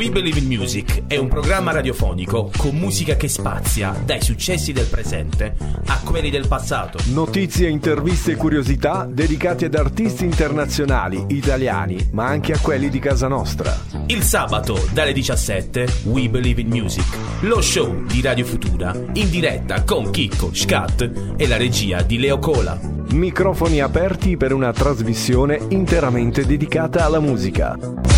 We Believe in Music è un programma radiofonico con musica che spazia dai successi del presente a quelli del passato. Notizie, interviste e curiosità dedicate ad artisti internazionali, italiani, ma anche a quelli di casa nostra. Il sabato dalle 17 We Believe in Music, lo show di Radio Futura in diretta con Chicco, Scat e la regia di Leo Cola. Microfoni aperti per una trasmissione interamente dedicata alla musica.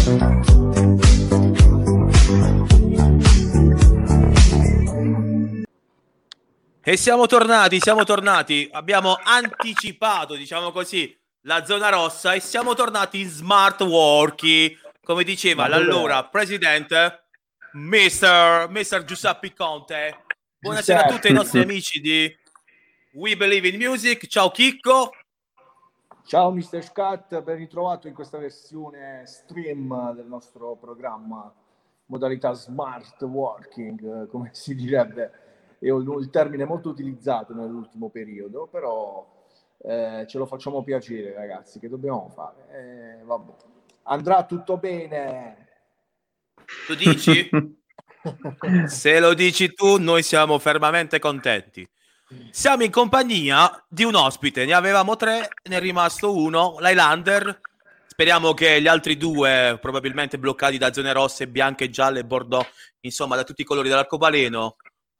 E siamo tornati, abbiamo anticipato, diciamo così, la zona rossa e siamo tornati in smart working, come diceva l'allora presidente Mr. Giuseppe Conte. Buonasera a tutti i nostri amici di We Believe in Music. Ciao Chicco. Ciao Mr. Scat, ben ritrovato in questa versione stream del nostro programma, modalità smart working, come si direbbe. È il termine molto utilizzato nell'ultimo periodo, però ce lo facciamo piacere, ragazzi, che dobbiamo fare? Vabbè. Andrà tutto bene. Tu dici? Se lo dici tu, noi siamo fermamente contenti. Siamo in compagnia di un ospite, ne avevamo 3, ne è rimasto uno, l'Highlander. Speriamo che gli altri 2, probabilmente bloccati da zone rosse, bianche, gialle, bordeaux, insomma da tutti i colori dell'arcobaleno,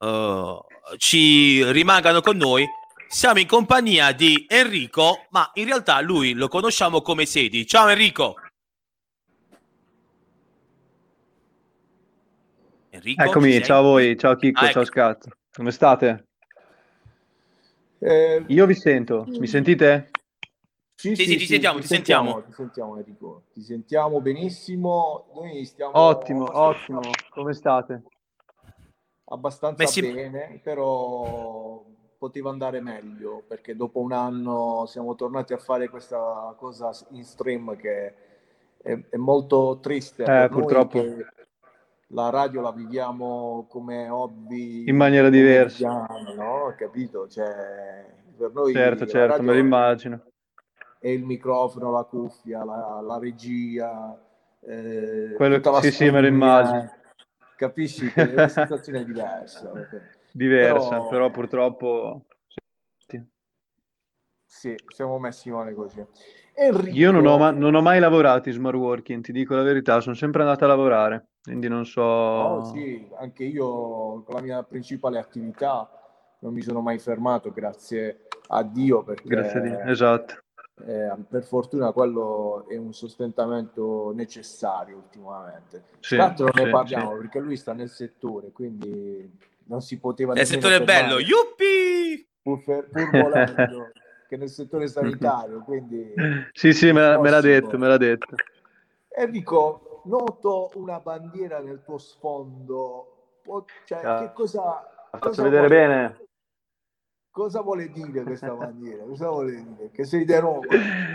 ci rimangano con noi. Siamo in compagnia di Enrico, ma in realtà lui lo conosciamo come Sedi. Ciao Enrico. Eccomi, ciao a voi, ciao Chicco, ciao Scat. Come state? Io vi sento, mi sentite? Sì, ti sentiamo. Ti sentiamo Enrico, ti sentiamo benissimo. Noi stiamo Ottimo, come state? Abbastanza bene, però poteva andare meglio, perché dopo un anno siamo tornati a fare questa cosa in stream che è molto triste per purtroppo. noi, che la radio la viviamo come hobby in maniera diversa, no? Capito? Cioè, per noi certo, me lo immagino. È il microfono, la cuffia, la regia, quello, tutta la sì, me lo immagino. Capisci che è una situazione diversa. Però purtroppo sì, siamo messi male così. Enrico... Io non ho mai lavorato in smart working, ti dico la verità, sono sempre andato a lavorare, quindi non so... Oh, sì, anche io con la mia principale attività non mi sono mai fermato, grazie a Dio, perché grazie a Dio, esatto. Per fortuna quello è un sostentamento necessario ultimamente. Sì, non ne parliamo perché lui sta nel settore, quindi non si poteva nel settore bello, yuppi! Pur volendo, che nel settore sanitario, quindi sì, me l'ha detto. Enrico, noto una bandiera nel tuo sfondo, che cosa faccio vedere bene? Cosa vuole dire questa bandiera? Cosa vuole dire? Che sei di Roma?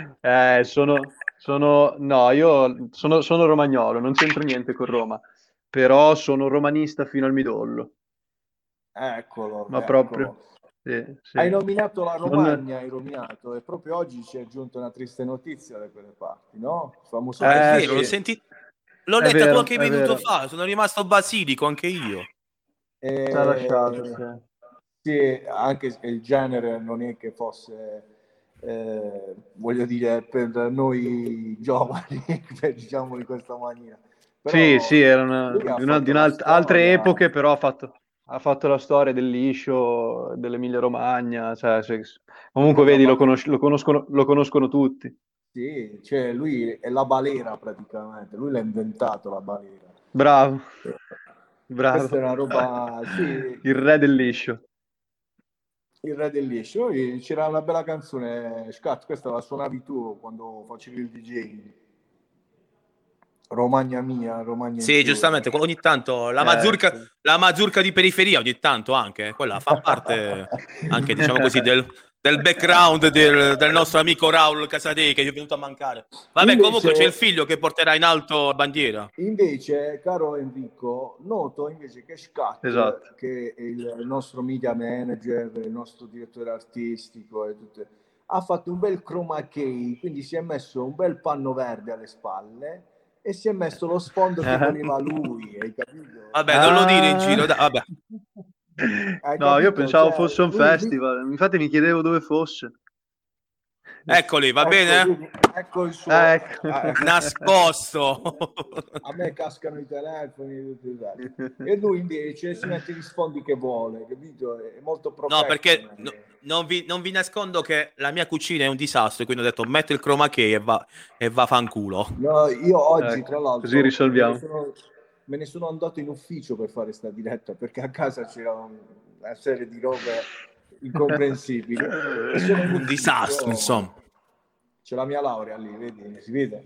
Io sono romagnolo, non c'entro niente con Roma, però sono romanista fino al midollo. Eccolo. Proprio. Sì. Hai nominato la Romagna, e proprio oggi ci è giunta una triste notizia da quelle parti, no? Famoso è vero, l'ho letta qualche minuto fa, sono rimasto basilico anche io. Ci ha lasciato, sì. Sì, anche se il genere non è che fosse, voglio dire, per noi giovani, diciamo in questa maniera. Però sì, erano di altre epoche, però ha fatto la storia del liscio, dell'Emilia Romagna, comunque vedi, lo conoscono tutti. Sì, cioè lui è la balera praticamente, lui l'ha inventato la balera. Bravo. Questa è una roba, sì. Il re del liscio. Il re del liscio. C'era una bella canzone, Scat, questa la suonavi tu quando facevi il DJ. Romagna mia, Romagna. Sì, giustamente, ogni tanto la mazurka di periferia, ogni tanto anche, quella fa parte anche, diciamo così, del background del nostro amico Raul Casadei, che è venuto a mancare. Vabbè, invece, comunque c'è il figlio che porterà in alto la bandiera. Invece, caro Enrico, noto invece che Scat, esatto, che è il nostro media manager, il nostro direttore artistico e tutto, ha fatto un bel chroma key, quindi si è messo un bel panno verde alle spalle e si è messo lo sfondo che voleva lui, hai capito? Vabbè, non lo dire in giro, vabbè. No, io pensavo fosse un festival, infatti mi chiedevo dove fosse. Eccoli, va bene? Ecco il suo nascosto. A me cascano i telefoni e lui invece si mette gli sfondi che vuole, capito? È molto no, perché non vi nascondo che la mia cucina è un disastro, quindi ho detto metto il chroma key e va fanculo. No, io oggi tra l'altro così risolviamo. Me ne sono andato in ufficio per fare sta diretta perché a casa c'era una serie di robe incomprensibili. Un disastro, insomma. C'è la mia laurea lì, vedi? Si vede?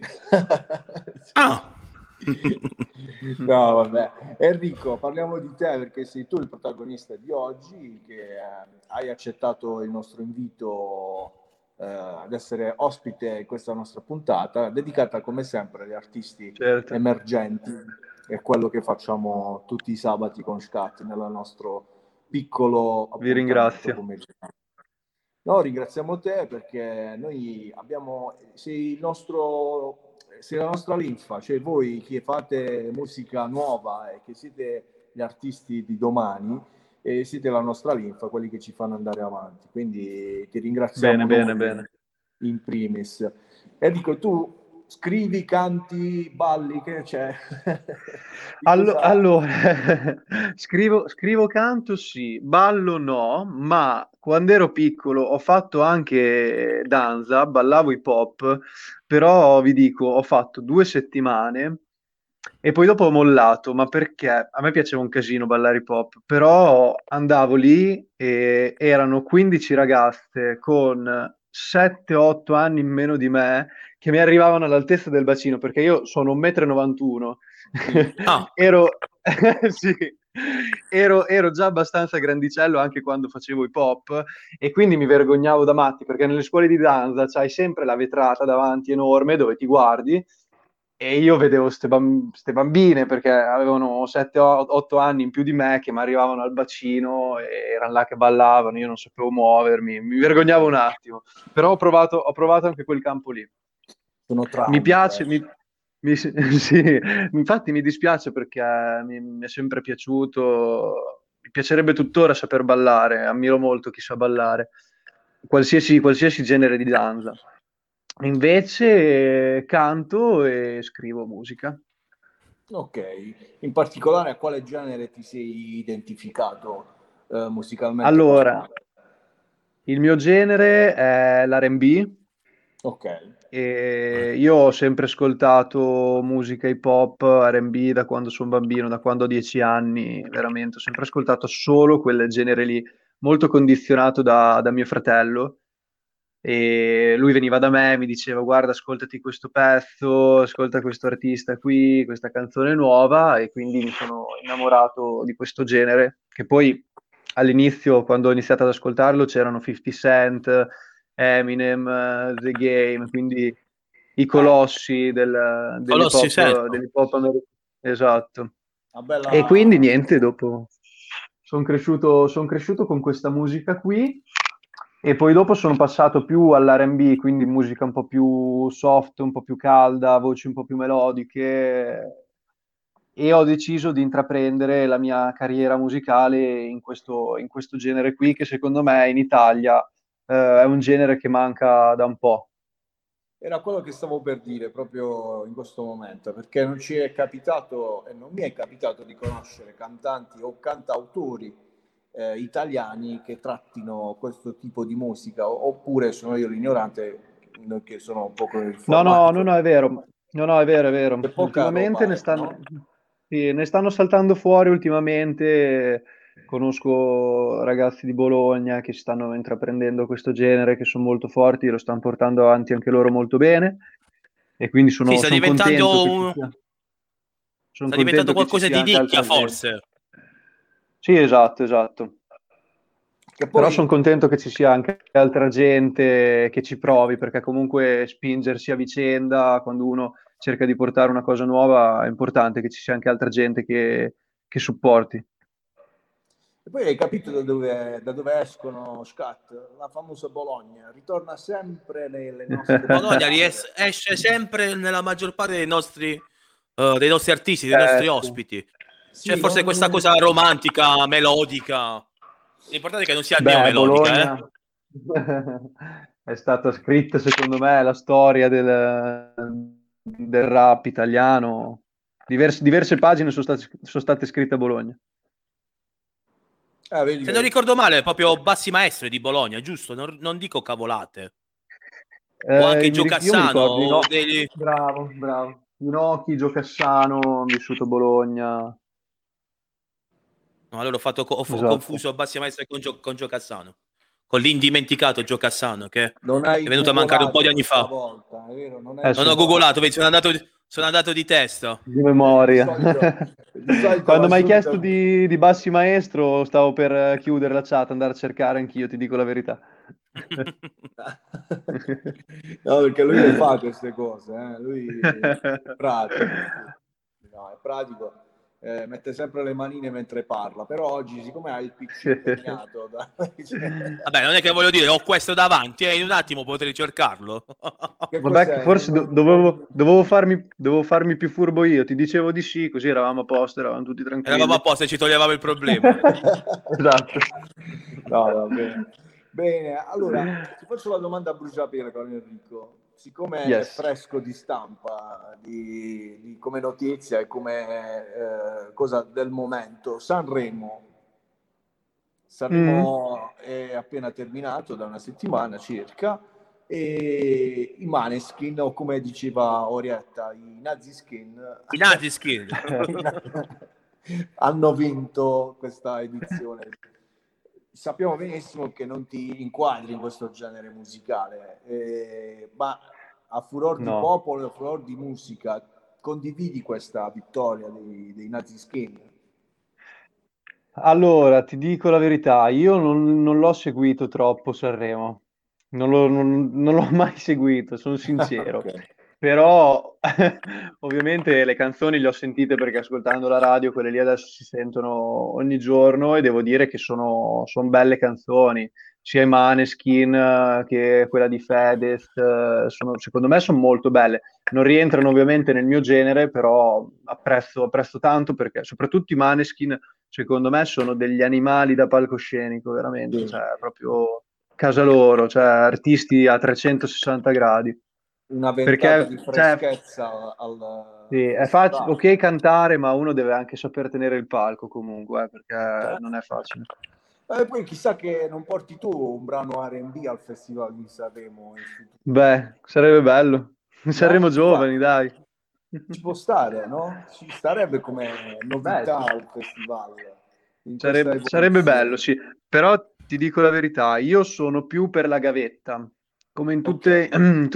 No, vabbè. Enrico, parliamo di te perché sei tu il protagonista di oggi, che hai accettato il nostro invito ad essere ospite in questa nostra puntata, dedicata come sempre agli artisti emergenti. È quello che facciamo tutti i sabati con Scat nel nostro piccolo Vi ringrazio. No, ringraziamo te perché noi sei la nostra linfa, cioè voi che fate musica nuova e che siete gli artisti di domani, siete la nostra linfa, quelli che ci fanno andare avanti. Quindi ti ringraziamo bene. In primis. E dico, tu scrivi, canti, balli, che c'è? Allora, scrivo, canto sì, ballo no, ma quando ero piccolo ho fatto anche danza, ballavo hip hop, però vi dico, ho fatto 2 settimane e poi dopo ho mollato, ma perché a me piaceva un casino ballare hip hop, però andavo lì e erano 15 ragazze con 7-8 anni in meno di me che mi arrivavano all'altezza del bacino, perché io sono 1,91 m. Ero già abbastanza grandicello anche quando facevo hip hop e quindi mi vergognavo da matti, perché nelle scuole di danza c'hai sempre la vetrata davanti enorme dove ti guardi e io vedevo ste bambine perché avevano 7-8 anni in più di me che mi arrivavano al bacino e erano là che ballavano, io non sapevo muovermi, mi vergognavo un attimo, però ho provato anche quel campo lì. Sono traumi, mi piace, sì, infatti mi dispiace perché mi è sempre piaciuto, mi piacerebbe tuttora saper ballare, ammiro molto chi sa ballare, qualsiasi genere di danza. Invece canto e scrivo musica. Ok, in particolare a quale genere ti sei identificato musicalmente? Allora, il mio genere è l'R&B. Ok. E io ho sempre ascoltato musica hip hop, R&B da quando sono bambino, da quando ho 10 anni, veramente. Ho sempre ascoltato solo quel genere lì, molto condizionato da mio fratello. E lui veniva da me e mi diceva: guarda, ascoltati questo pezzo, ascolta questo artista qui, questa canzone nuova, e quindi mi sono innamorato di questo genere, che poi all'inizio, quando ho iniziato ad ascoltarlo, c'erano 50 Cent, Eminem, The Game, quindi i colossi dell'hip Colossi, hop, certo. dell'hip hop americano. Esatto. Bella... E quindi niente, dopo sono cresciuto con questa musica qui e poi dopo sono passato più all'R&B, quindi musica un po' più soft, un po' più calda, voci un po' più melodiche, e ho deciso di intraprendere la mia carriera musicale in questo genere qui, che secondo me in Italia è un genere che manca da un po'. Era quello che stavo per dire proprio in questo momento, perché non ci è capitato e non mi è capitato di conoscere cantanti o cantautori italiani che trattino questo tipo di musica, oppure sono io l'ignorante che sono un poco informato. No, è vero. No, è vero. C'è poca Ultimamente roba, no? sì, ne stanno saltando fuori ultimamente. Conosco ragazzi di Bologna che stanno intraprendendo questo genere, che sono molto forti, lo stanno portando avanti anche loro molto bene, e quindi Sì, sta diventando sta diventando qualcosa di nicchia, forse. Sì, esatto. Che Però poi... sono contento che ci sia anche altra gente che ci provi, perché comunque spingersi a vicenda, quando uno cerca di portare una cosa nuova, è importante che ci sia anche altra gente che supporti. E poi hai capito da dove escono Scat? La famosa Bologna ritorna sempre nelle nostre Bologna esce sempre nella maggior parte dei nostri dei nostri artisti, dei nostri ospiti. Sì, C'è forse questa cosa romantica, melodica. L'importante è che non sia neomelodica, Bologna è stata scritta, secondo me, la storia del rap italiano. Diverse pagine sono state scritte a Bologna. vedi, Se non ricordo male, proprio Bassi Maestri di Bologna, giusto? Non dico cavolate. O anche Gio Cassano. Io mi ricordo, bravo. Ginocchi, Gio Cassano, hanno vissuto a Bologna. No, allora ho Esatto. confuso Bassi Maestri con Gio Cassano. Con l'indimenticato Gio Cassano, che non è venuto a mancare un po' di anni fa. Volta, è vero? Non ho googolato, sono andato di testa. Di memoria. Di solito Quando mi hai chiesto di Bassi Maestro, stavo per chiudere la chat, andare a cercare anch'io, ti dico la verità. No, perché lui le fa queste cose, lui è pratico. No, è pratico. Mette sempre le manine mentre parla, però oggi, siccome ha il PC impegnato vabbè, non è che voglio dire, ho questo davanti e in un attimo potrei cercarlo. Vabbè, forse dovevo farmi più furbo io, ti dicevo di sì, così eravamo a posto, eravamo tutti tranquilli. Eravamo a posto e ci toglievamo il problema. Esatto. No, va bene. Bene, allora ti faccio la domanda a bruciapelo, caro Enrico. Siccome è fresco di stampa, di come notizia e come cosa del momento, Sanremo è appena terminato da una settimana circa e i Maneskin, o come diceva Orietta, i Naziskin hanno vinto questa edizione. Sappiamo benissimo che non ti inquadri in questo genere musicale, ma a furor di popolo, a furor di musica, condividi questa vittoria dei Naziskin? Allora, ti dico la verità, io non l'ho seguito troppo Sanremo, non l'ho mai seguito, sono sincero. Okay. Però ovviamente le canzoni le ho sentite perché ascoltando la radio, quelle lì adesso si sentono ogni giorno e devo dire che sono belle canzoni, sia i Maneskin che quella di Fedez, secondo me sono molto belle. Non rientrano ovviamente nel mio genere, però apprezzo tanto perché soprattutto i Maneskin secondo me sono degli animali da palcoscenico, veramente, cioè proprio casa loro, cioè artisti a 360 gradi. Una ventata di freschezza sì, è facile, ok cantare, ma uno deve anche saper tenere il palco comunque, perché non è facile. Poi chissà che non porti tu un brano R&B al Festival di Sanremo. Beh, sarebbe bello. Saremo giovani, dai. Ci può stare, no? Ci starebbe come novità al festival. Sarebbe bello, sì. Però ti dico la verità, io sono più per la gavetta. Come in tutte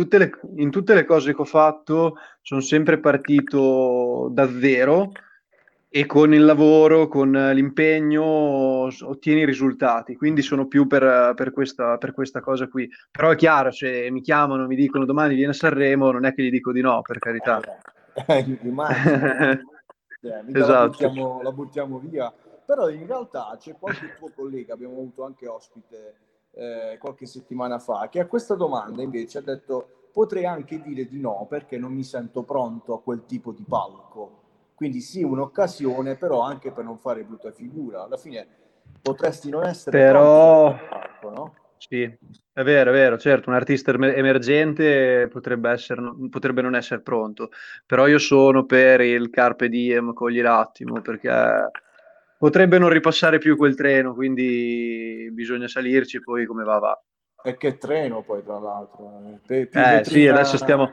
le cose che ho fatto, sono sempre partito da zero e con il lavoro, con l'impegno, ottieni i risultati. Quindi sono più per questa cosa qui. Però è chiaro, se mi chiamano, mi dicono domani vieni a Sanremo, non è che gli dico di no, per carità. Immagino. Esatto. La buttiamo via. Però in realtà c'è qualche tuo collega, abbiamo avuto anche ospite qualche settimana fa, che a questa domanda invece ha detto potrei anche dire di no perché non mi sento pronto a quel tipo di palco. Quindi sì, un'occasione, però anche per non fare brutta figura. Alla fine potresti non essere pronto per quel palco, no? Sì, è vero, certo, un artista emergente potrebbe non essere pronto, però io sono per il carpe diem, cogli l'attimo, perché potrebbe non ripassare più quel treno, quindi bisogna salirci e poi come va. E che treno poi, tra l'altro. Sì, adesso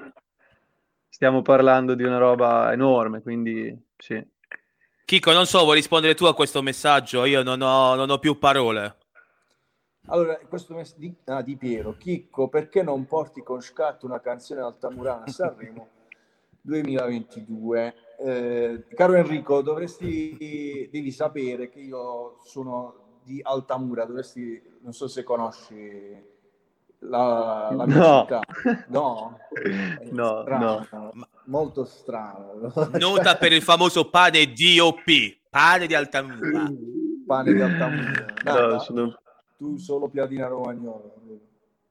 stiamo parlando di una roba enorme, quindi sì. Chico, non so, vuoi rispondere tu a questo messaggio? Io non ho più parole. Allora, questo di Piero, Chicco, perché non porti con scatto una canzone Altamurana a Sanremo 2022? Caro Enrico, devi sapere che io sono di Altamura, non so se conosci la mia città. No? No, strano, no. Molto strano. Nota per il famoso pane DOP, pane di Altamura. Pane di Altamura. No, Tu solo piadina romagnolo.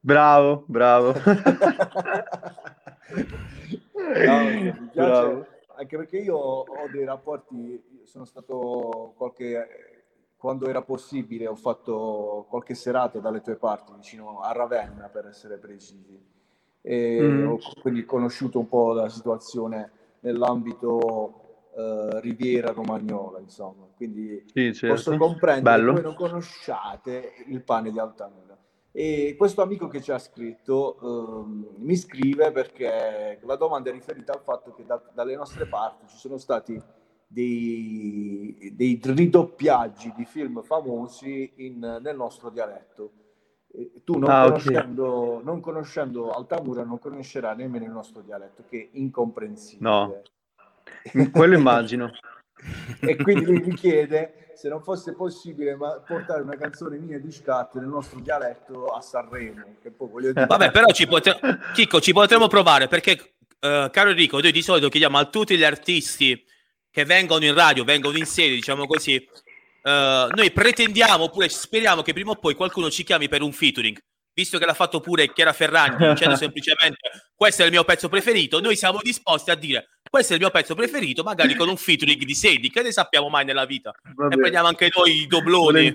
Bravo. No, mi anche perché io ho dei rapporti, sono stato quando era possibile, ho fatto qualche serata dalle tue parti, vicino a Ravenna per essere precisi, e ho quindi conosciuto un po' la situazione nell'ambito Riviera Romagnola, insomma, quindi Sì, certo. posso comprendere Bello. che voi non conosciate il pane di Altamura. E questo amico che ci ha scritto mi scrive perché la domanda è riferita al fatto che dalle nostre parti ci sono stati dei ridoppiaggi di film famosi nel nostro dialetto. Tu non conoscendo Altamura non conoscerai nemmeno il nostro dialetto, che è incomprensibile. No, quello immagino. E quindi lui mi chiede se non fosse possibile portare una canzone mia di Scat nel nostro dialetto a Sanremo, che poi voglio dire... Vabbè, però Chicco, ci potremo provare, perché caro Enrico, noi di solito chiediamo a tutti gli artisti che vengono in radio, vengono in serie, diciamo così, noi pretendiamo oppure speriamo che prima o poi qualcuno ci chiami per un featuring, visto che l'ha fatto pure Chiara Ferragni dicendo semplicemente questo è il mio pezzo preferito, noi siamo disposti a dire questo è il mio pezzo preferito, magari con un featuring di Sedi, che ne sappiamo mai nella vita. E prendiamo anche noi i dobloni.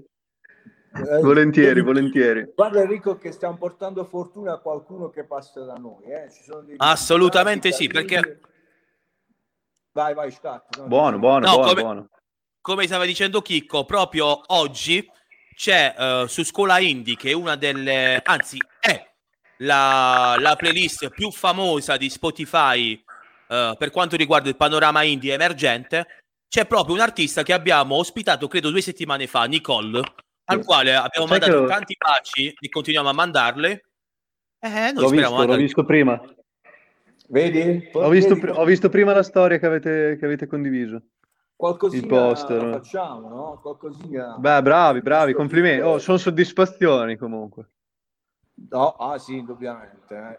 Volentieri. Guarda Enrico che stiamo portando fortuna a qualcuno che passa da noi. Ci sono assolutamente sì, perché... Vai, Scat. No, buono. Come stava dicendo Chicco, proprio oggi c'è su Scuola Indie, che è una delle... anzi, è la playlist più famosa di Spotify per quanto riguarda il panorama indie emergente. C'è proprio un artista che abbiamo ospitato credo 2 settimane fa, Nicole, al quale abbiamo mandato tanti baci e continuiamo a mandarle. L'ho visto prima. Vedi? Ho visto prima la storia che avete condiviso. Qualcosina il poster. Facciamo, no? Qualcosina. Beh, bravi, complimenti. Sono soddisfazioni comunque. No, sì, indubbiamente.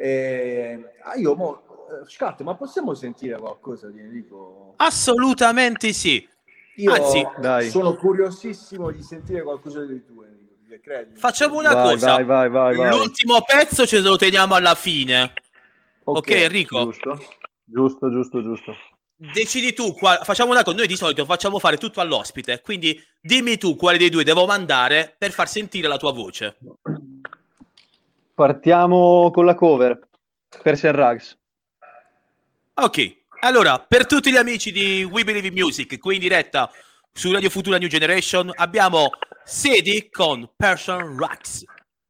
Scat, ma possiamo sentire qualcosa di Enrico? Assolutamente sì. Anzi, sono curiosissimo di sentire qualcosa di tu, Enrico. Credi? Facciamo una cosa. Vai. L'ultimo pezzo ce lo teniamo alla fine. Ok, Enrico? Giusto. Decidi tu, facciamo una cosa, noi di solito facciamo fare tutto all'ospite, quindi dimmi tu quale dei due devo mandare per far sentire la tua voce. Partiamo con la cover, Persian Rugs. Ok, allora, per tutti gli amici di We Believe in Music, qui in diretta su Radio Futura New Generation, abbiamo Sedi con Persian Rugs.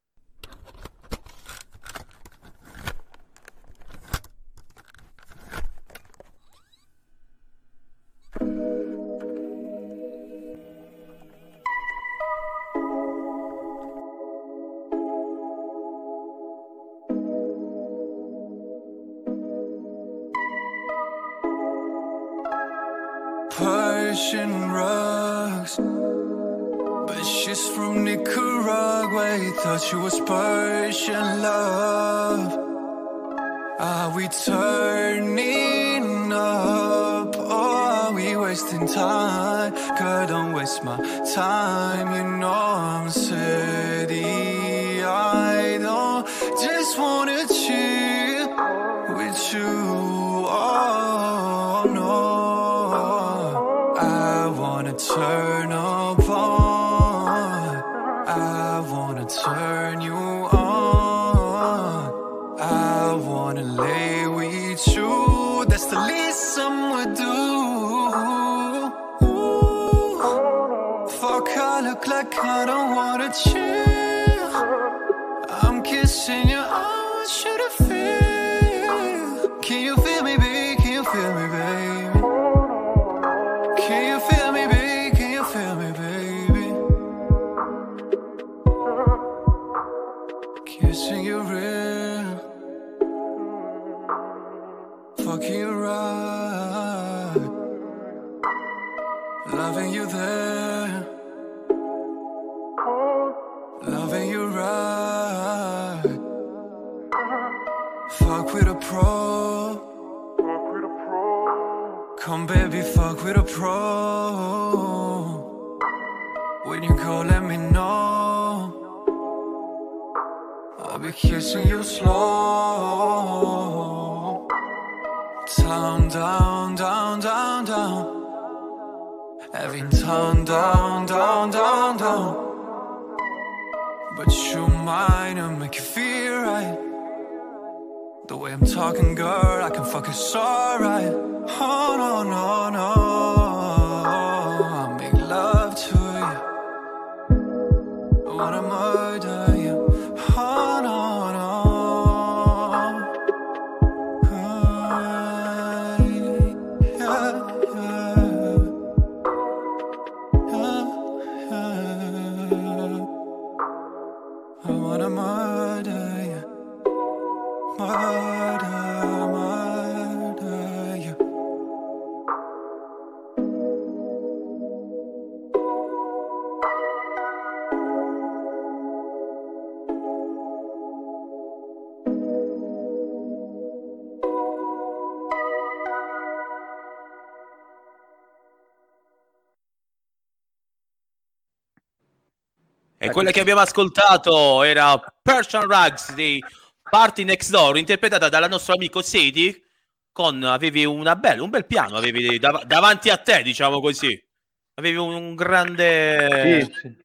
Persian rugs, but she's from Nicaragua. Thought she was Persian love. Are we turning up or are we wasting time? Girl, don't waste my time. You know I'm steady. I don't just wanna chill with you. Oh no. Turn up on, I wanna turn you on, I wanna lay with you, that's the least some would do. Ooh, fuck, I look like I don't wanna chill, I'm kissing you, I want you to feel, can you feel me, babe, can you feel me, baby? Can you feel me, baby? Can you feel me, baby? Kissing you real, fucking you right, loving you there, loving you right. Fuck with a pro. Come baby, fuck with a pro. When you go, let me know. I'll be kissing you slow. town down, down, down, down. Every town down, down, down, down. But you're mine and make you feel right. The way I'm talking, girl, I can fuck it so right. Oh no, no, no, I make love to you. I wanna murder you. Oh no, no. I wanna murder you. Murder you. E quella che abbiamo ascoltato era Persian Rugs di Party Next Door, interpretata dal nostro amico Sedi. Avevi un bel piano, avevi davanti a te, diciamo così. Avevi un grande... Sì.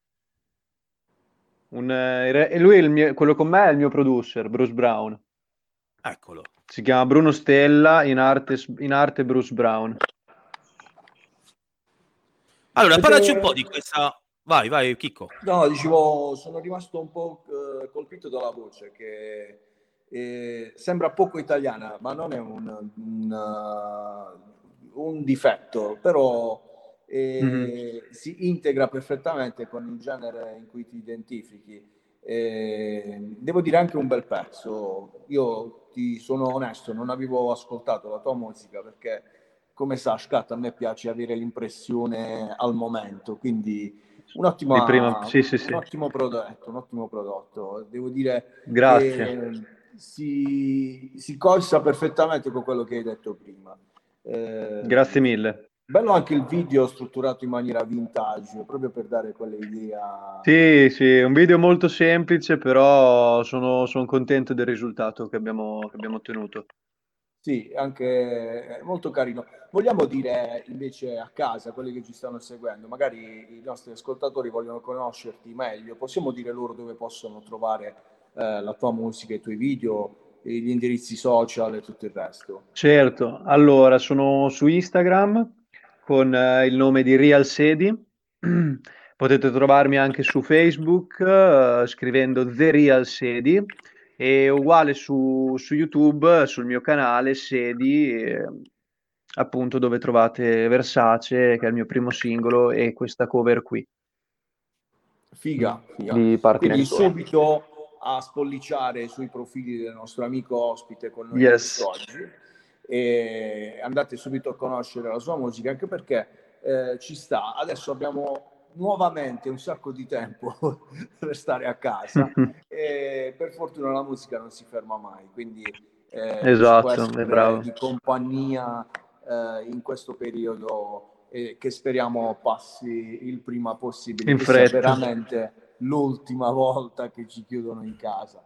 E lui quello con me è il mio producer, Bruce Brown. Eccolo. Si chiama Bruno Stella, in arte Bruce Brown. Allora, parlaci un po' di questa... Vai, Chicco. No, dicevo, sono rimasto un po' colpito dalla voce, che sembra poco italiana, ma non è un difetto, però si integra perfettamente con il genere in cui ti identifichi. Devo dire anche un bel pezzo. Io ti sono onesto, non avevo ascoltato la tua musica perché, come sa Scat, a me piace avere l'impressione al momento, quindi un ottimo prodotto. Devo dire, grazie. che si colza perfettamente con quello che hai detto prima. Grazie mille. Bello anche il video strutturato in maniera vintage, proprio per dare quell'idea. Sì, un video molto semplice, però sono contento del risultato che abbiamo ottenuto. Sì, anche molto carino. Vogliamo dire invece a casa, quelli che ci stanno seguendo, magari i nostri ascoltatori vogliono conoscerti meglio, possiamo dire loro dove possono trovare la tua musica, i tuoi video, gli indirizzi social e tutto il resto? Certo, allora sono su Instagram con il nome di Real Sedi. Potete trovarmi anche su Facebook scrivendo The Real Sedi, e uguale su YouTube, sul mio canale Sedi, appunto, dove trovate Versace, che è il mio primo singolo, e questa cover qui. Figa. Di Party Quindi Next Door. subito a spolliciare sui profili del nostro amico ospite con noi oggi, e andate subito a conoscere la sua musica, anche perché ci sta. Adesso abbiamo nuovamente un sacco di tempo per stare a casa e per fortuna la musica non si ferma mai, quindi esatto, è bravo. di compagnia in questo periodo che speriamo passi il prima possibile, in che fretta. sia veramente l'ultima volta che ci chiudono in casa.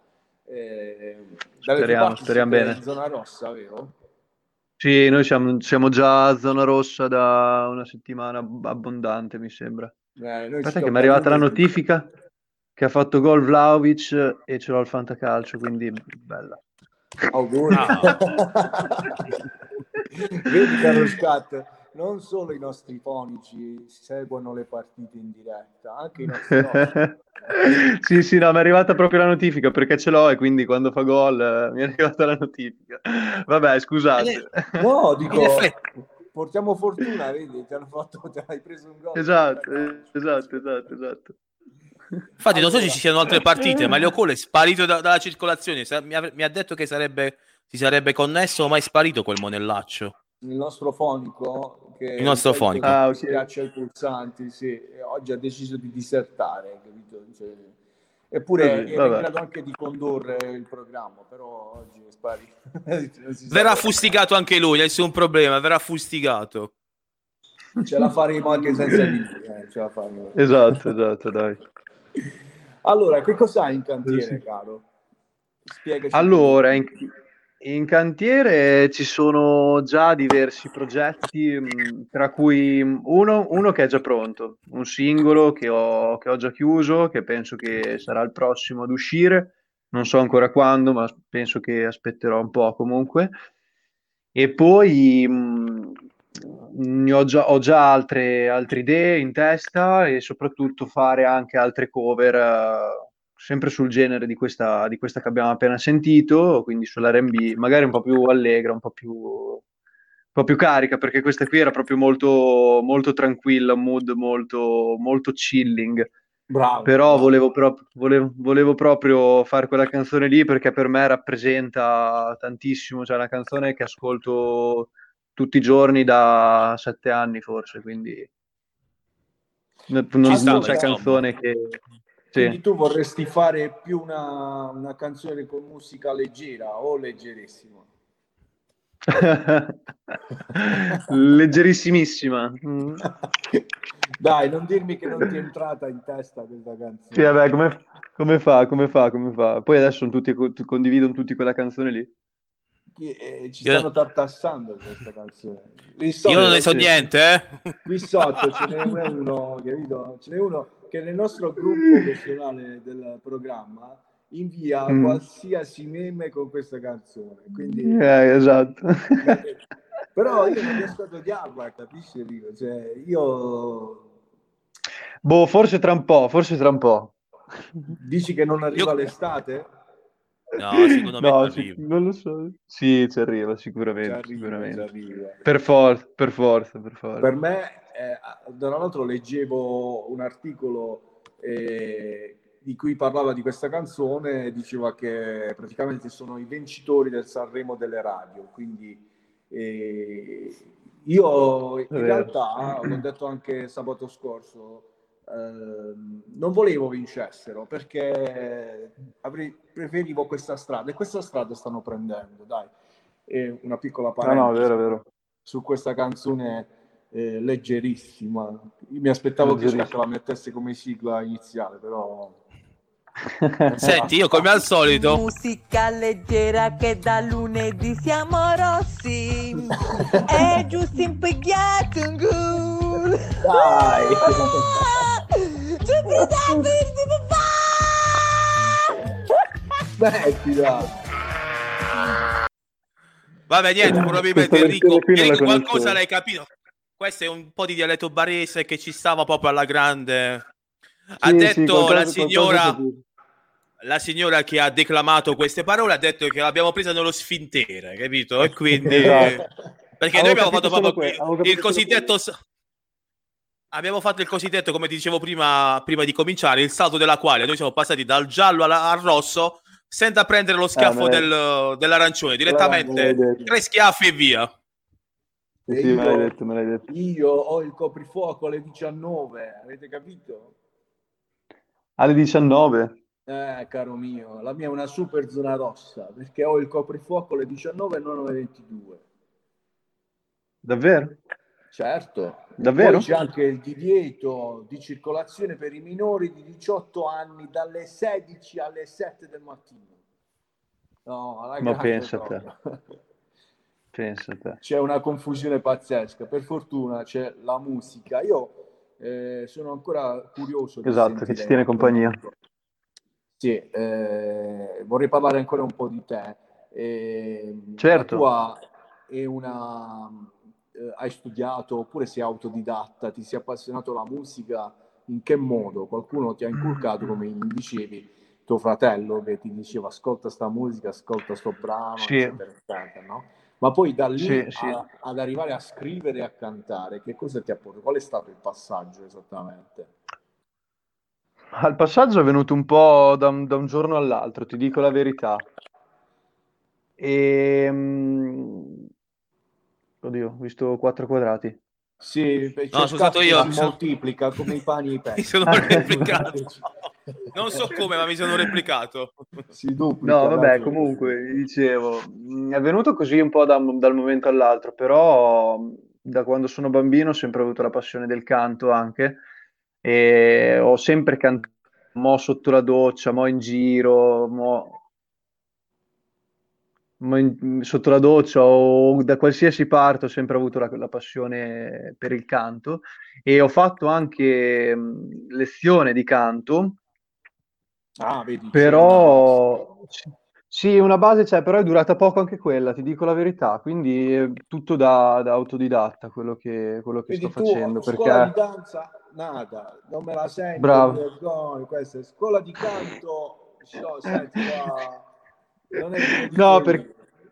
Speriamo bene. In zona rossa, vero? Sì, noi siamo già a zona rossa da una settimana abbondante, mi sembra. Aspetta che mi è arrivata la notifica che ha fatto gol Vlahovic e ce l'ho al fantacalcio, quindi bella. Auguri. Vedi, caro Scat, non solo i nostri fonici seguono le partite in diretta, anche i nostri sì, no, mi è arrivata proprio la notifica perché ce l'ho, e quindi quando fa gol mi è arrivata la notifica. Vabbè, scusate. No, dico, portiamo fortuna, vedi, ti hai preso un gol. Esatto. Infatti non so se ci siano altre partite, ma Leo Cole è sparito dalla circolazione. Mi ha detto che si sarebbe connesso, ma è sparito quel monellaccio. Il nostro fonico, che schiaccia i pulsanti, sì, oggi ha deciso di disertare, capito? Eppure era in grado anche di condurre il programma, però oggi è sparito. Verrà fustigato anche lui, nessun problema, verrà fustigato. Ce la faremo anche senza di lui, ce la faremo. Esatto, dai. Allora, che cosa hai in cantiere, caro? Spiegaci. Allora, In cantiere ci sono già diversi progetti, tra cui uno che è già pronto, un singolo che ho già chiuso, che penso che sarà il prossimo ad uscire. Non so ancora quando, ma penso che aspetterò un po' comunque. E poi ho già altre idee in testa e soprattutto fare anche altre cover, sempre sul genere di questa che abbiamo appena sentito, quindi sull'R&B, magari un po' più allegra, un po' più carica, perché questa qui era proprio molto, molto tranquilla, un mood molto, molto chilling. Bravo, Però bravo. volevo proprio fare quella canzone lì perché per me rappresenta tantissimo, cioè è una canzone che ascolto tutti i giorni da 7 anni forse, quindi Ci non stava, c'è Ascolta, insomma. canzone che... quindi Sì. tu vorresti fare più una canzone con musica leggera o leggerissima? Leggerissimissima. Mm. Dai, non dirmi che non ti è entrata in testa questa Sì, canzone. vabbè, come fa? Poi adesso condividono tutti quella canzone lì. Ci Io, stanno tartassando questa canzone. Lì io non ne sotto, so Sì, sì. niente, eh. qui sotto ce n'è uno, capito? Ce n'è uno che nel nostro gruppo personale del programma invia Mm. qualsiasi meme con questa canzone. Quindi, Esatto. però io non riesco ad odiarla, capisci, Enrico? Cioè, io Boh, forse tra un po'. dici che non Io... arriva l'estate? No, secondo me ci No, arriva. non lo so. Sì, ci arriva, Ci sicuramente, arriva, ci sicuramente. arriva. Per forza, per forza, per forza. Per me, tra l'altro, leggevo un articolo di cui parlava di questa canzone, diceva che praticamente sono i vincitori del Sanremo delle radio, quindi io È in vero. realtà, l'ho detto anche sabato scorso, non volevo vincessero perché preferivo questa strada e questa strada stanno prendendo, dai. E una piccola No, no, è parentesi vero, è vero. su questa canzone leggerissima. Io mi aspettavo che Scacca Leggerissimo. la mettesse come sigla iniziale, però Senti, io come al solito, Musica leggera che da lunedì siamo rossi e giusto impiegato un gol. dai. Smettila. vabbè, niente, probabilmente Questa versione Enrico, qui non la Enrico qualcosa conoscevo. l'hai capito. Questo è un po' di dialetto barese che ci stava proprio alla grande. Ha Sì, sì, detto qualcosa ho capito. la signora che ha declamato queste parole ha detto che l'abbiamo presa nello sfintere, capito? E quindi Esatto. perché noi abbiamo fatto proprio Avevo il capito solo cosiddetto quello. abbiamo fatto il cosiddetto, come ti dicevo prima di cominciare, il salto della quale noi siamo passati dal giallo al rosso senza prendere lo Me schiaffo l'hai dell'arancione, me l'hai direttamente detto. 3 schiaffi e via. Sì, E sì, me l'hai detto, me l'hai detto. io ho il coprifuoco alle 19, avete capito? Alle 19? Caro mio, la mia è una super zona rossa perché ho il coprifuoco alle 19 e non alle 22. Davvero? Certo, e poi Davvero? c'è anche il divieto di circolazione per i minori di 18 anni dalle 16 alle 7 del mattino. No, alla Ma grande pensa a te, proprio. pensa a te. C'è una confusione pazzesca. Per fortuna c'è la musica. Io sono ancora curioso di Esatto, che ci sentire tiene compagnia. eventualmente. Sì, vorrei parlare ancora un po' di te. La Certo. tua è hai studiato oppure sei autodidatta? Ti sei appassionato alla musica? In che modo? Qualcuno ti ha inculcato, come mi dicevi, tuo fratello che ti diceva ascolta sta musica, ascolta sto brano, Sì, eccetera, eccetera, no? Ma poi da lì sì, sì. ad arrivare a scrivere e a cantare, che cosa ti ha portato? Qual è stato il passaggio esattamente? Al passaggio è venuto un po' da un giorno all'altro, ti dico la verità. E... Oddio, ho visto 4 quadrati. Sì, No, c'è sono stato scatto io, si moltiplica come i pani e i mi pesci. sono replicato. Non so come, ma mi sono replicato. Si No, duplica, vabbè, dai. comunque, vi dicevo, è venuto così un po' dal momento all'altro, però da quando sono bambino ho sempre avuto la passione del canto anche, e ho sempre cantato, mo sotto la doccia, mo in giro, mo... sotto la doccia o da qualsiasi parte ho sempre avuto la passione per il canto e ho fatto anche lezione di canto, vedi, però sì, una base c'è, però è durata poco anche quella, ti dico la verità, quindi è tutto da autodidatta quello che quindi sto tu, facendo, scuola di perché danza, nada, non me la sento, bravo. questa è scuola di canto, senti qua, non è che No, dico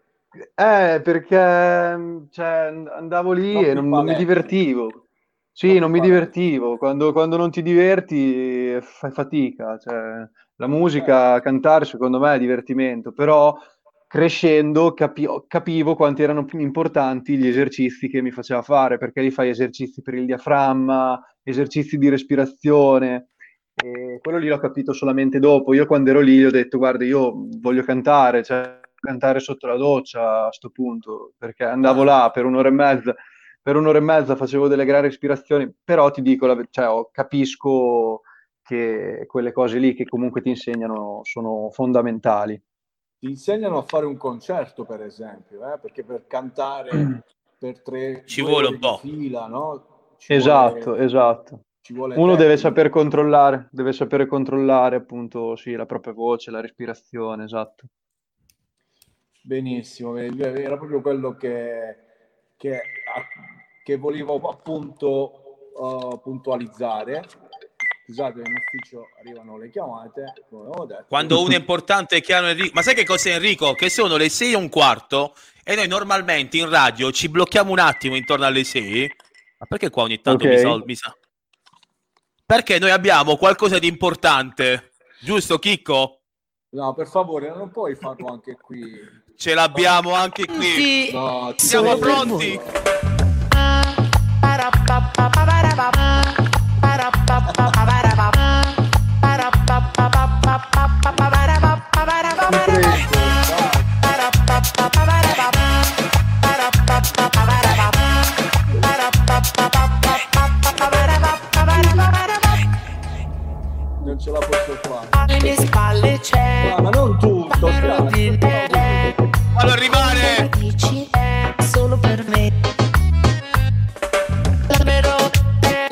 perché cioè, andavo lì e troppi non mi paletti, divertivo. Sì, troppi non mi paletti. divertivo. Quando non ti diverti fai fatica. Cioè, la musica, Certo. cantare, secondo me è divertimento, però crescendo capivo quanti erano più importanti gli esercizi che mi faceva fare, perché lì fai esercizi per il diaframma, esercizi di respirazione. E quello lì l'ho capito solamente dopo. Io quando ero lì ho detto, guarda, io voglio cantare, cioè cantare sotto la doccia a sto punto, perché andavo là per un'ora e mezza facevo delle grandi respirazioni, però ti dico, cioè, capisco che quelle cose lì che comunque ti insegnano sono fondamentali. Ti insegnano a fare un concerto, per esempio, perché per cantare per Ci 2 vuole ore un di po'. fila, no? Esatto. Ci vuole Uno deve tecnica. sapere controllare appunto sì, la propria voce, la respirazione, esatto. Benissimo, era proprio quello che volevo appunto puntualizzare. Scusate, in ufficio arrivano le chiamate, come ho detto. Quando uno è importante è chiaro, Enrico. Ma sai che cos'è, Enrico? Che sono le 6:15 e noi normalmente in radio ci blocchiamo un attimo intorno alle 6. Ma perché qua ogni tanto Ok. mi sa? Perché noi abbiamo qualcosa di importante, giusto, Chicco? No, per favore, non puoi farlo anche qui. Ce l'abbiamo anche qui. No, Siamo pronti? Non ce la posso fare. Alle mie spalle c'è No, ma non tutto. Fallo arrivare. dici è solo per me. L'albero è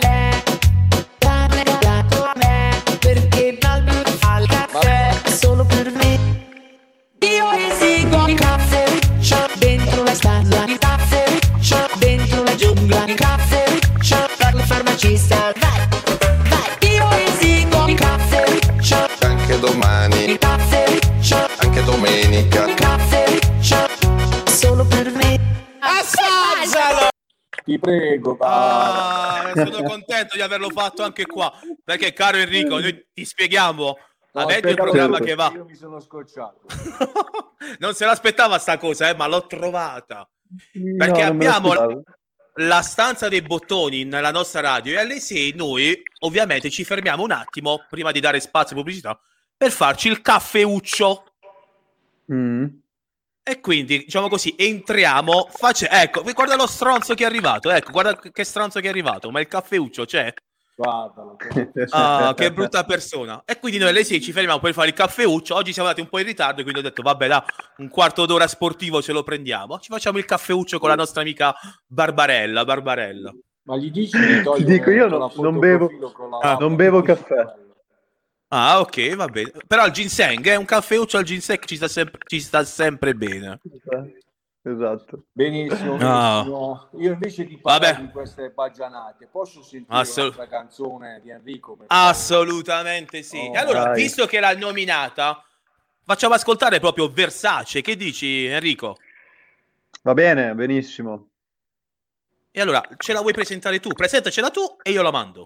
legato a me perché l'albero fa il caffè solo per me. Io esigo il caffeuccio dentro la stanza, il caffeuccio dentro la giungla, il caffeuccio per il farmacista. Vai, vai, io esigo il caffeuccio Anche domani, il caffeuccio, anche domenica. il caffeuccio solo per me. Assaggialo! Ti prego, Sono contento di averlo fatto anche qua. Perché, caro Enrico, noi ti spieghiamo. No, Avete il aspetta, programma certo. che va. Io mi sono scocciato. Non se l'aspettava sta cosa, ma l'ho trovata. Perché No, non me abbiamo l'aspettavo. la stanza dei bottoni nella nostra radio e alle 6 noi ovviamente ci fermiamo un attimo prima di dare spazio a pubblicità per farci il caffeuccio. Mm. E quindi, diciamo così, entriamo. Ecco, guarda lo stronzo che è arrivato. Ecco, guarda che stronzo che è arrivato. Ma il caffeuccio c'è? Guardalo. Ah, che brutta persona. E quindi noi alle 6 ci fermiamo per fare il caffeuccio. Oggi siamo andati un po' in ritardo, quindi ho detto, vabbè, da un quarto d'ora sportivo ce lo prendiamo. Ci facciamo il caffeuccio con la nostra amica Barbarella. Ma gli dici di togliere Ti dico, io la foto non bevo- profilo con la non bevo caffè. Ah, ok, va bene. Però il ginseng, un caffeuccio al ginseng ci sta sempre bene. Esatto. Benissimo, No. benissimo. Io invece di parlare Vabbè. di queste baggianate, posso sentire Assolut- un'altra canzone di Enrico? Per favore? Assolutamente sì. Oh, E allora, dai. visto che l'ha nominata, facciamo ascoltare proprio Versace. Che dici, Enrico? Va bene, benissimo. E allora, ce la vuoi presentare tu? Presentacela tu e io la mando.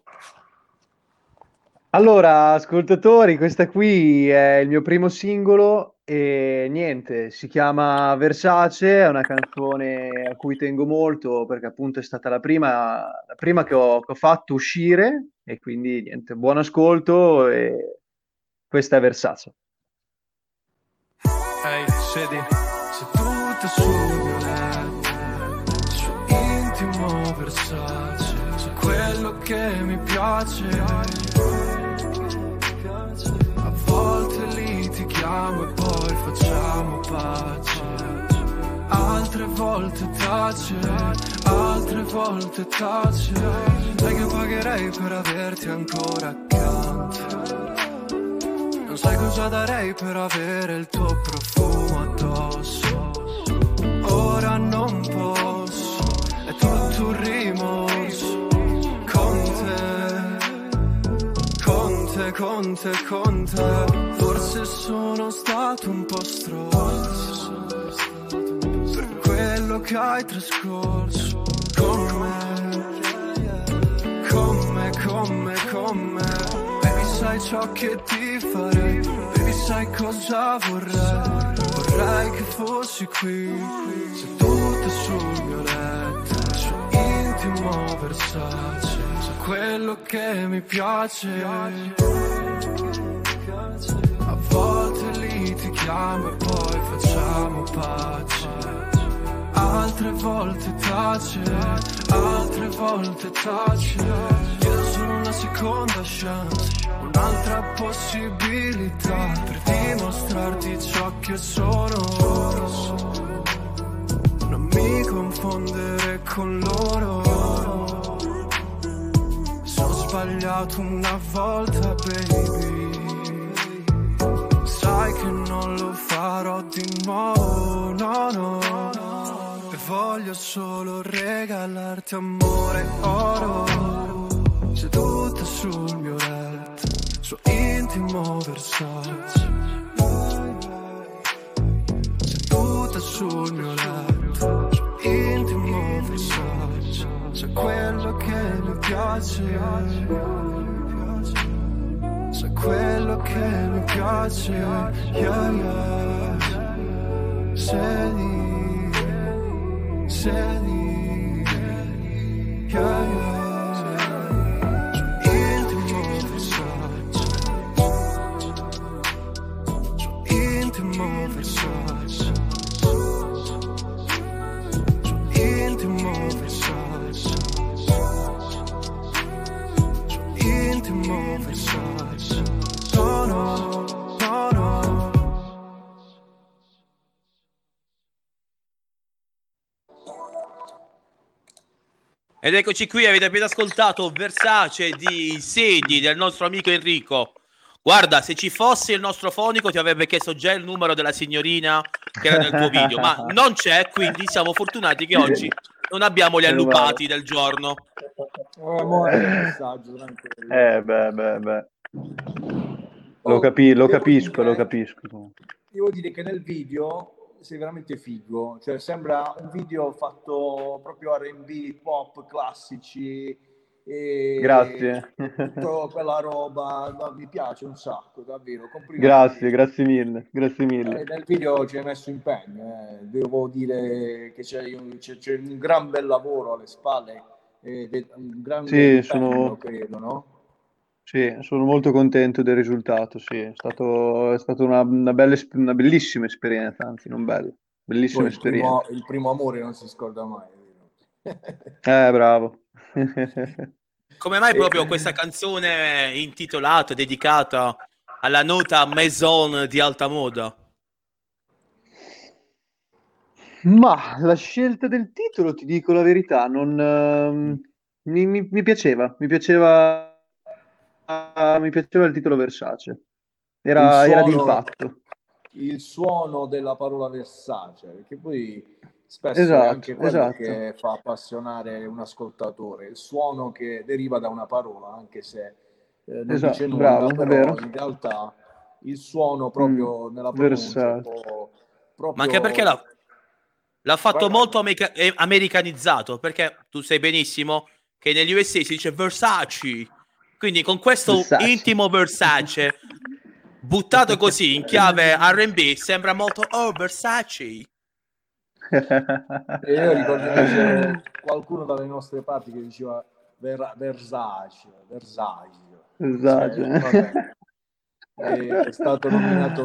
Allora, ascoltatori, questa qui è il mio primo singolo e niente, si chiama Versace, è una canzone a cui tengo molto perché appunto è stata la prima che ho fatto uscire e quindi niente, buon ascolto e questa è Versace. Ehi, siedi, sei tutta su Violetta, su intimo Versace, su quello che mi piace. A volte litighiamo e poi facciamo pace. altre volte tace, altre volte tace. Sai che pagherei per averti ancora accanto. Non sai cosa darei per avere il tuo profumo addosso. Ora non posso, è tutto un rimorso. Con te, forse sono stato un po' stronzo per quello che hai trascorso con me. Baby, sai ciò che ti farei, baby, sai cosa vorrei che fossi qui, seduta sul mio letto, su intimo Versace. Quello che mi piace, a volte litighiamo e poi facciamo pace, altre volte tace, altre volte tace. Chiedo solo una seconda chance, un'altra possibilità per dimostrarti ciò che sono. Non mi confondere con loro. Ho sbagliato una volta, baby. Sai che non lo farò di nuovo, no. E voglio solo regalarti amore e oro. Seduta sul mio letto, su intimo Versace. Seduta sul mio letto, su intimo Versace. Sai quello che mi piace, sai quello che mi piace, yeah. Sedi, yeah. Su intimo Versace, su intimo Versace, su intimo Versace. Intimo Versace, no. Ed eccoci qui, avete appena ascoltato Versace di Sedi del nostro amico Enrico. Guarda, se ci fosse il nostro fonico ti avrebbe chiesto già il numero della signorina che era nel tuo video, ma non c'è, quindi siamo fortunati che oggi non abbiamo gli allupati del giorno. Beh. Lo capisco. Devo dire che nel video sei veramente figo, cioè sembra un video fatto proprio R&B, pop, classici. E grazie. Tutta quella roba, mi piace un sacco, davvero. Complimenti. Grazie mille. Nel video ci hai messo impegno, devo dire che c'è un gran bel lavoro alle spalle, un gran impegno, credo, no? Sì, sono molto contento del risultato, sì, è stata una bellissima esperienza, anzi non bella, bellissima Poi esperienza. Il primo amore non si scorda mai. Bravo. Come mai proprio questa canzone intitolata, dedicata alla nota maison di alta moda? Ma la scelta del titolo, ti dico la verità, non mi piaceva il titolo Versace, era d'impatto. Il suono della parola Versace, perché poi spesso è anche quello che fa appassionare un ascoltatore, il suono che deriva da una parola, anche se non dice nulla, bravo, però in realtà il suono proprio nella pronuncia proprio... Ma anche perché l'ha fatto molto americanizzato, perché tu sai benissimo che negli USA si dice Versace, quindi con questo intimo Versace buttato così in chiave R&B sembra molto Versace. E io ricordo che c'era qualcuno dalle nostre parti che diceva Versace. È stato nominato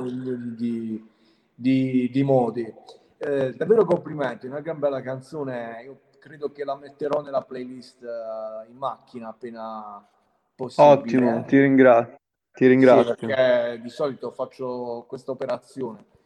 di modi. Davvero complimenti, una gran bella canzone. Io credo che la metterò nella playlist in macchina appena possibile. Ottimo, ti ringrazio. Sì, perché di solito faccio questa operazione.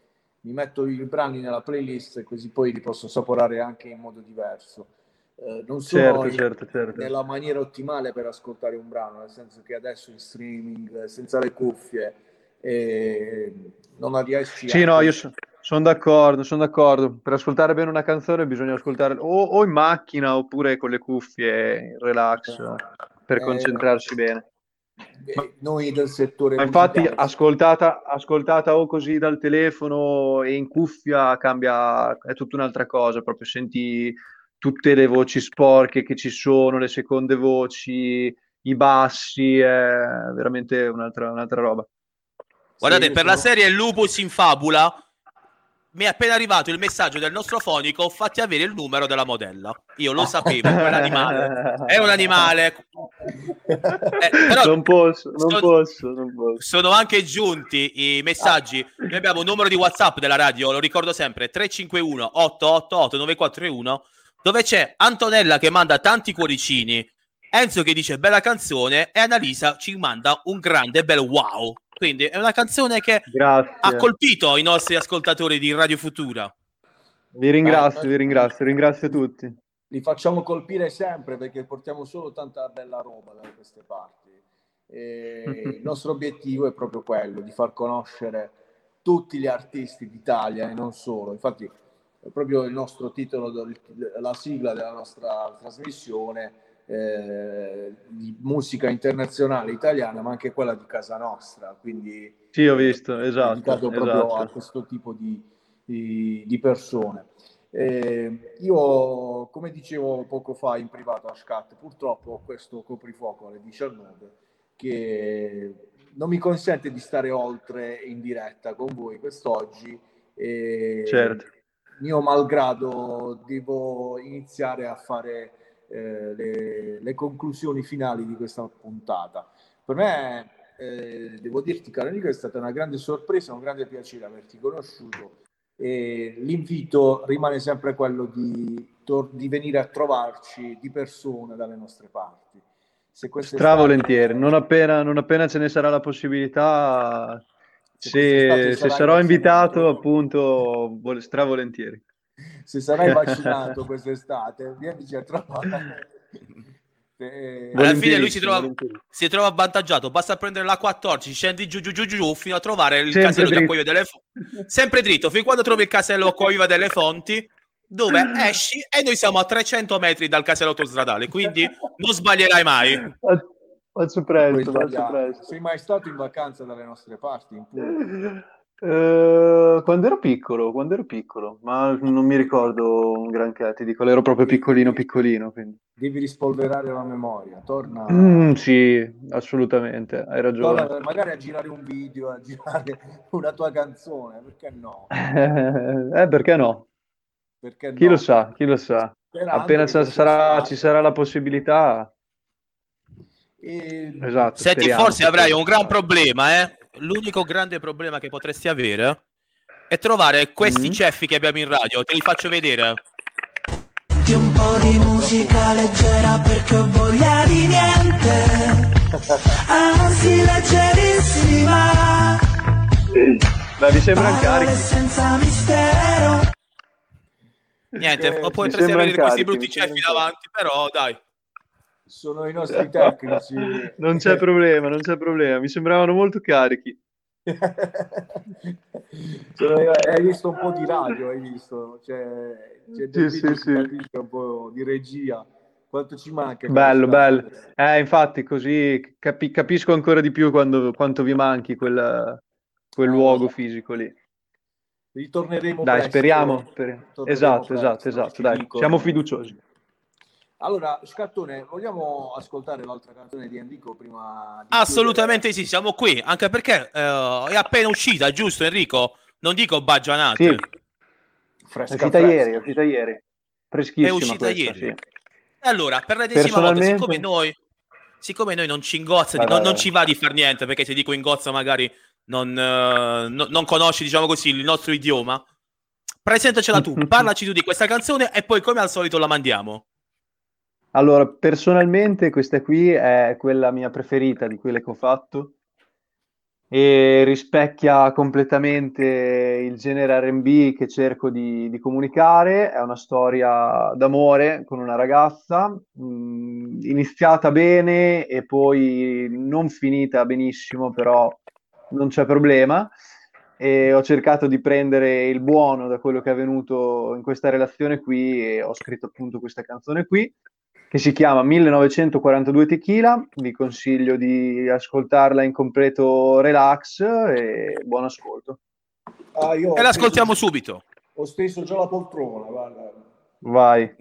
mi metto i brani nella playlist, così poi li posso assaporare anche in modo diverso. Non sono certo. nella maniera ottimale per ascoltare un brano, nel senso che adesso in streaming, senza le cuffie, non la riesci Sì, no, io sono d'accordo. Per ascoltare bene una canzone bisogna ascoltare o in macchina oppure con le cuffie, in relax, per concentrarsi bene. Noi del settore Ma infatti musicale, ascoltata o così dal telefono e in cuffia cambia, è tutta un'altra cosa, proprio senti tutte le voci sporche che ci sono, le seconde voci, i bassi, è veramente un'altra roba. Guardate, per la serie Lupus in Fabula mi è appena arrivato il messaggio del nostro fonico: fatti avere il numero della modella. Io lo sapevo, è un animale. Però non posso. Sono anche giunti i messaggi. Noi abbiamo un numero di WhatsApp della radio, lo ricordo sempre, 351 888 941, dove c'è Antonella che manda tanti cuoricini, Enzo che dice bella canzone e Annalisa ci manda un grande bel wow. Quindi è una canzone che ha colpito i nostri ascoltatori di Radio Futura. Vi ringrazio tutti. Li facciamo colpire sempre perché portiamo solo tanta bella roba da queste parti. Il nostro obiettivo è proprio quello, di far conoscere tutti gli artisti d'Italia e non solo. Infatti è proprio il nostro titolo, la sigla della nostra trasmissione, di musica internazionale italiana, ma anche quella di casa nostra, quindi sì, ho visto, dedicato proprio a questo tipo di persone. Io, come dicevo poco fa in privato a Scat, purtroppo ho questo coprifuoco alle 19 che non mi consente di stare oltre in diretta con voi quest'oggi, certo. Mio malgrado devo iniziare a fare le conclusioni finali di questa puntata. Per me, devo dirti, caro Nico, è stata una grande sorpresa, un grande piacere averti conosciuto, e l'invito rimane sempre quello di venire a trovarci di persona dalle nostre parti. Stravolentieri, non appena ce ne sarà la possibilità, se sarò invitato, appunto, stravolentieri. Se sarai vaccinato quest'estate, vienici a trovare. Alla fine lui si trova avvantaggiato, basta prendere la 14, scendi giù fino a trovare il casello di Acquaviva delle Fonti, sempre dritto, fin quando trovi il casello Acquaviva delle Fonti, dove esci e noi siamo a 300 metri dal casello autostradale, quindi non sbaglierai mai. Faccio presto. Sei mai stato in vacanza dalle nostre parti in Puglia? Quando ero piccolo, ma non mi ricordo un granché, ti dico, ero proprio piccolino, quindi. Devi rispolverare la memoria, torna. Sì, assolutamente, hai ragione. Torna magari a girare un video, a girare una tua canzone, perché no? Perché no? Perché chi no? lo sa. Appena ci sarà la possibilità. Esatto. Senti, speriamo. Forse avrai un gran problema, L'unico grande problema che potresti avere è trovare questi ceffi che abbiamo in radio. Te li faccio vedere. Un po' di musica leggera perché ho voglia di niente, anzi leggerissima. Beh, vi sembrano carichi. Senza mistero. Niente, potresti avere questi brutti ceffi davanti, però dai. Sono i nostri tecnici. Non c'è problema, mi sembravano molto carichi. Hai visto un po' di radio, hai visto? C'è sì. Un po' di regia. Quanto ci manca? Bello. Infatti così capisco ancora di più quanto vi manchi quel luogo fisico lì. Ritorneremo dai, presto. speriamo. Esatto, dai, dico, siamo fiduciosi. Allora, Scattone, vogliamo ascoltare l'altra canzone di Enrico prima di Assolutamente sì, siamo qui, anche perché è appena uscita, giusto Enrico? Non dico baggianate. Sì. È uscita ieri. Freschissima. È uscita questa, ieri. Sì. Allora, per l'ennesima volta, siccome noi non ci ingozza, non ci va di far niente, perché se dico ingozza magari non conosci, diciamo così, il nostro idioma, presentacela tu, parlaci tu di questa canzone e poi come al solito la mandiamo. Allora, personalmente questa qui è quella mia preferita di quelle che ho fatto, e rispecchia completamente il genere R&B che cerco di comunicare. È una storia d'amore con una ragazza, iniziata bene e poi non finita benissimo, però non c'è problema. E ho cercato di prendere il buono da quello che è avvenuto in questa relazione qui e ho scritto appunto questa canzone qui che si chiama 1942 Tequila. Vi consiglio di ascoltarla in completo relax e buon ascolto. Io E l'ascoltiamo subito. Ho steso già la poltrona, guarda. Vai.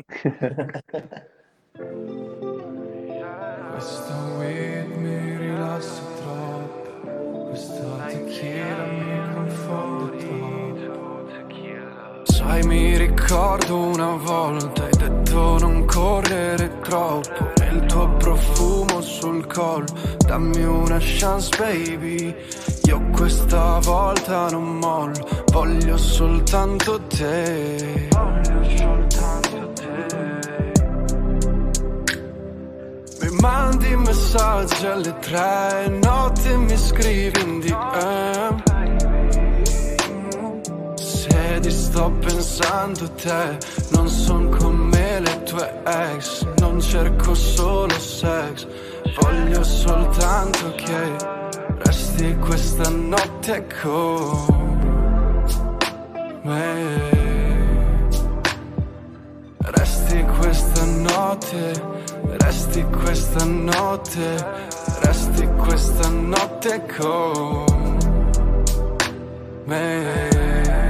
Questa weed mi rilassa troppo, questa tequila mi confonde troppo. Sai, mi ricordo una volta hai detto non correre troppo, il tuo profumo sul collo, dammi una chance baby. Io questa volta non mollo, voglio soltanto te. Mi mandi messaggi alle 3, notte mi scrivi in DM. Se ti sto pensando te, non son come le tue ex. Non cerco solo sex, voglio soltanto che resti questa notte con me. Resti questa notte, resti questa notte, resti questa notte con me.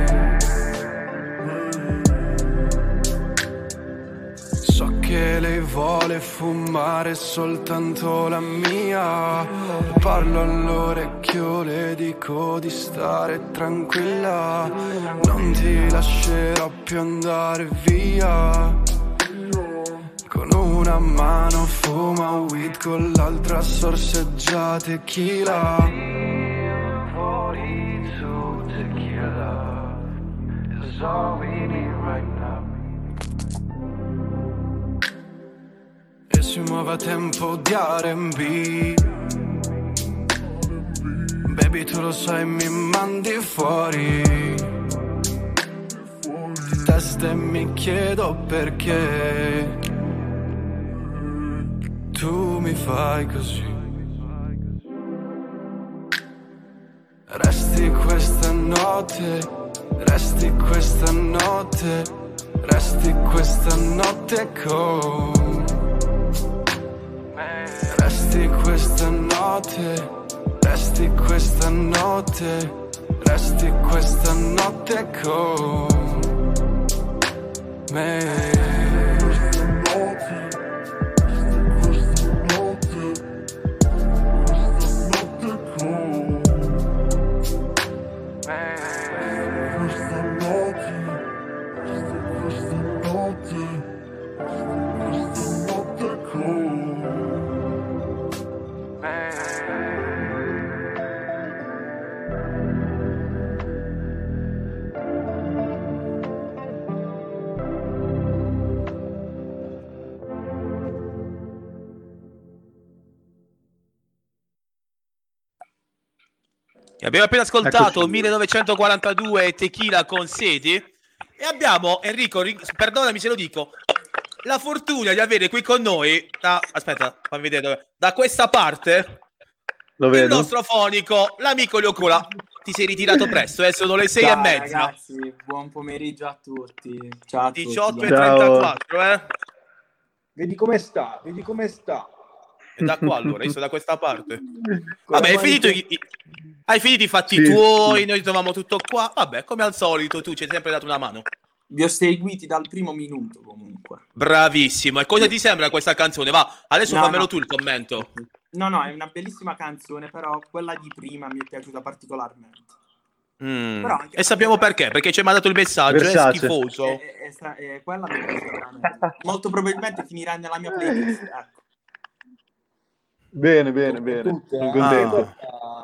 So che lei vuole fumare soltanto la mia, parlo all'orecchio, le dico di stare tranquilla, non ti lascerò più andare via. Con una mano fuma weed, con l'altra sorseggia tequila. It's all we need right now. E si muove a tempo di R&B. Baby, tu lo sai, mi mandi fuori di testa e mi chiedo perché tu mi fai così. Resti questa notte, resti questa notte, resti questa notte con me. Resti questa notte, resti questa notte, resti questa notte con me. Abbiamo appena ascoltato Eccoci. 1942 Tequila con Seti e abbiamo, Enrico, perdonami se lo dico, la fortuna di avere qui con noi, aspetta, fammi vedere dove, da questa parte, Lo il vedo. nostro fonico, l'amico Leocola. Ti sei ritirato presto, sono le 6:30. Ragazzi, buon pomeriggio a tutti. Ciao a 18:34, Vedi come sta, vedi come sta. E da qua allora, io sono da questa parte. Vabbè, hai finito i fatti tuoi, noi trovavamo tutto qua. Vabbè, come al solito, tu ci hai sempre dato una mano. Vi ho seguiti dal primo minuto comunque. Bravissimo. E cosa ti sembra questa canzone? Va, adesso fammelo tu il commento. No, è una bellissima canzone, però quella di prima mi è piaciuta particolarmente. Però E sappiamo perché, perché ci hai mandato il messaggio, Versace. è schifoso. Quella mi piace veramente. Molto probabilmente finirà nella mia playlist, ecco. Bene. Tutte, Sono contento.